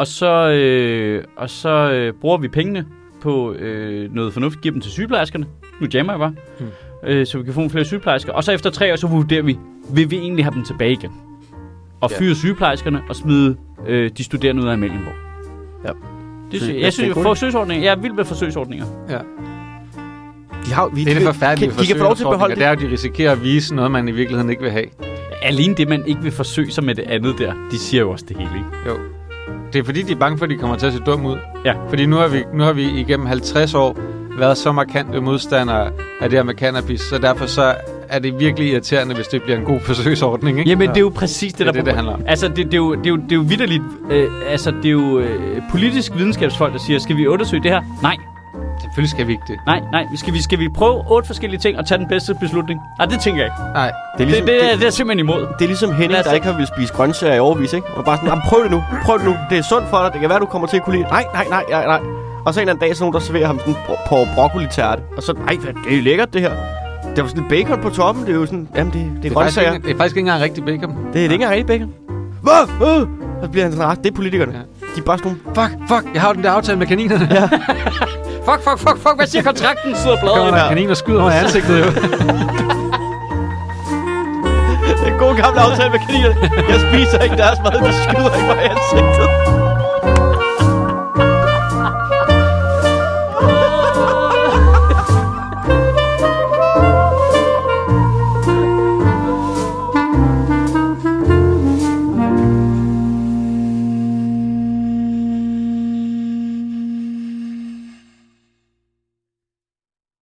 Og så bruger vi pengene på noget fornuftigt. Giver dem til sygeplejerskerne. Nu jammer jeg bare. Så vi kan få nogle flere sygeplejersker. Og så efter 3 år, så vurderer vi, vil vi egentlig have dem tilbage igen? Og fyre sygeplejerskerne og smide de studerende ud af Amalienborg. Ja. Jeg synes, forsøgsordninger. Jeg er vild med forsøgsordninger. Ja. Det er det forfærdelige forsøgsordninger. Det er jo, de risikerer at vise noget, man i virkeligheden ikke vil have. Alene det, man ikke vil forsøge sig med det andet der, de siger jo også det hele, ikke? Jo. Det er fordi, de er bange for, at de kommer til at se dumme ud. Ja. Fordi nu har vi igennem 50 år været så markante modstandere af det her med cannabis, så derfor så er det virkelig irriterende, hvis det bliver en god forsøgsordning, ikke? Jamen, det er jo præcis det, det handler om. Altså, det er jo vitterligt... altså, det er jo politisk videnskabsfolk, der siger, skal vi undersøge det her? Nej. Selvfølgelig skal vi ikke det. Nej. Skal vi prøve 8 forskellige ting og tage den bedste beslutning? Nej, det tænker jeg ikke. Nej. Det er, ligesom, det er simpelthen imod. Det er ligesom Henning, der ikke har vil spise grøntsager i overvis, ikke? Og bare sådan, prøv det nu. Det er sundt for dig. Det kan være, du kommer til at kunne lide. Nej. Og så en eller anden dag, så nogen, der serverer ham sådan på broccoli-tærte. Og så, det er lækkert, det her. Der var sådan bacon på toppen. Det er jo sådan, jamen, det er grøntsager. Det er faktisk ikke engang rigtig bacon. Det er ikke engang rigtig bacon. Hvad? Så bliver han sådan ret. Det er politikerne. Ja. De er bare sådan nogle... Fuck, jeg har jo den der aftale med kaninerne. Ja. Fuck, hvad siger kontrakten? Sidder og bladrer. Der kommer en kanin og skyder over ansigtet, jo. Det er en god gammel aftale med kaninerne. Jeg spiser ikke deres mad, de skyder ikke mig i ansigtet.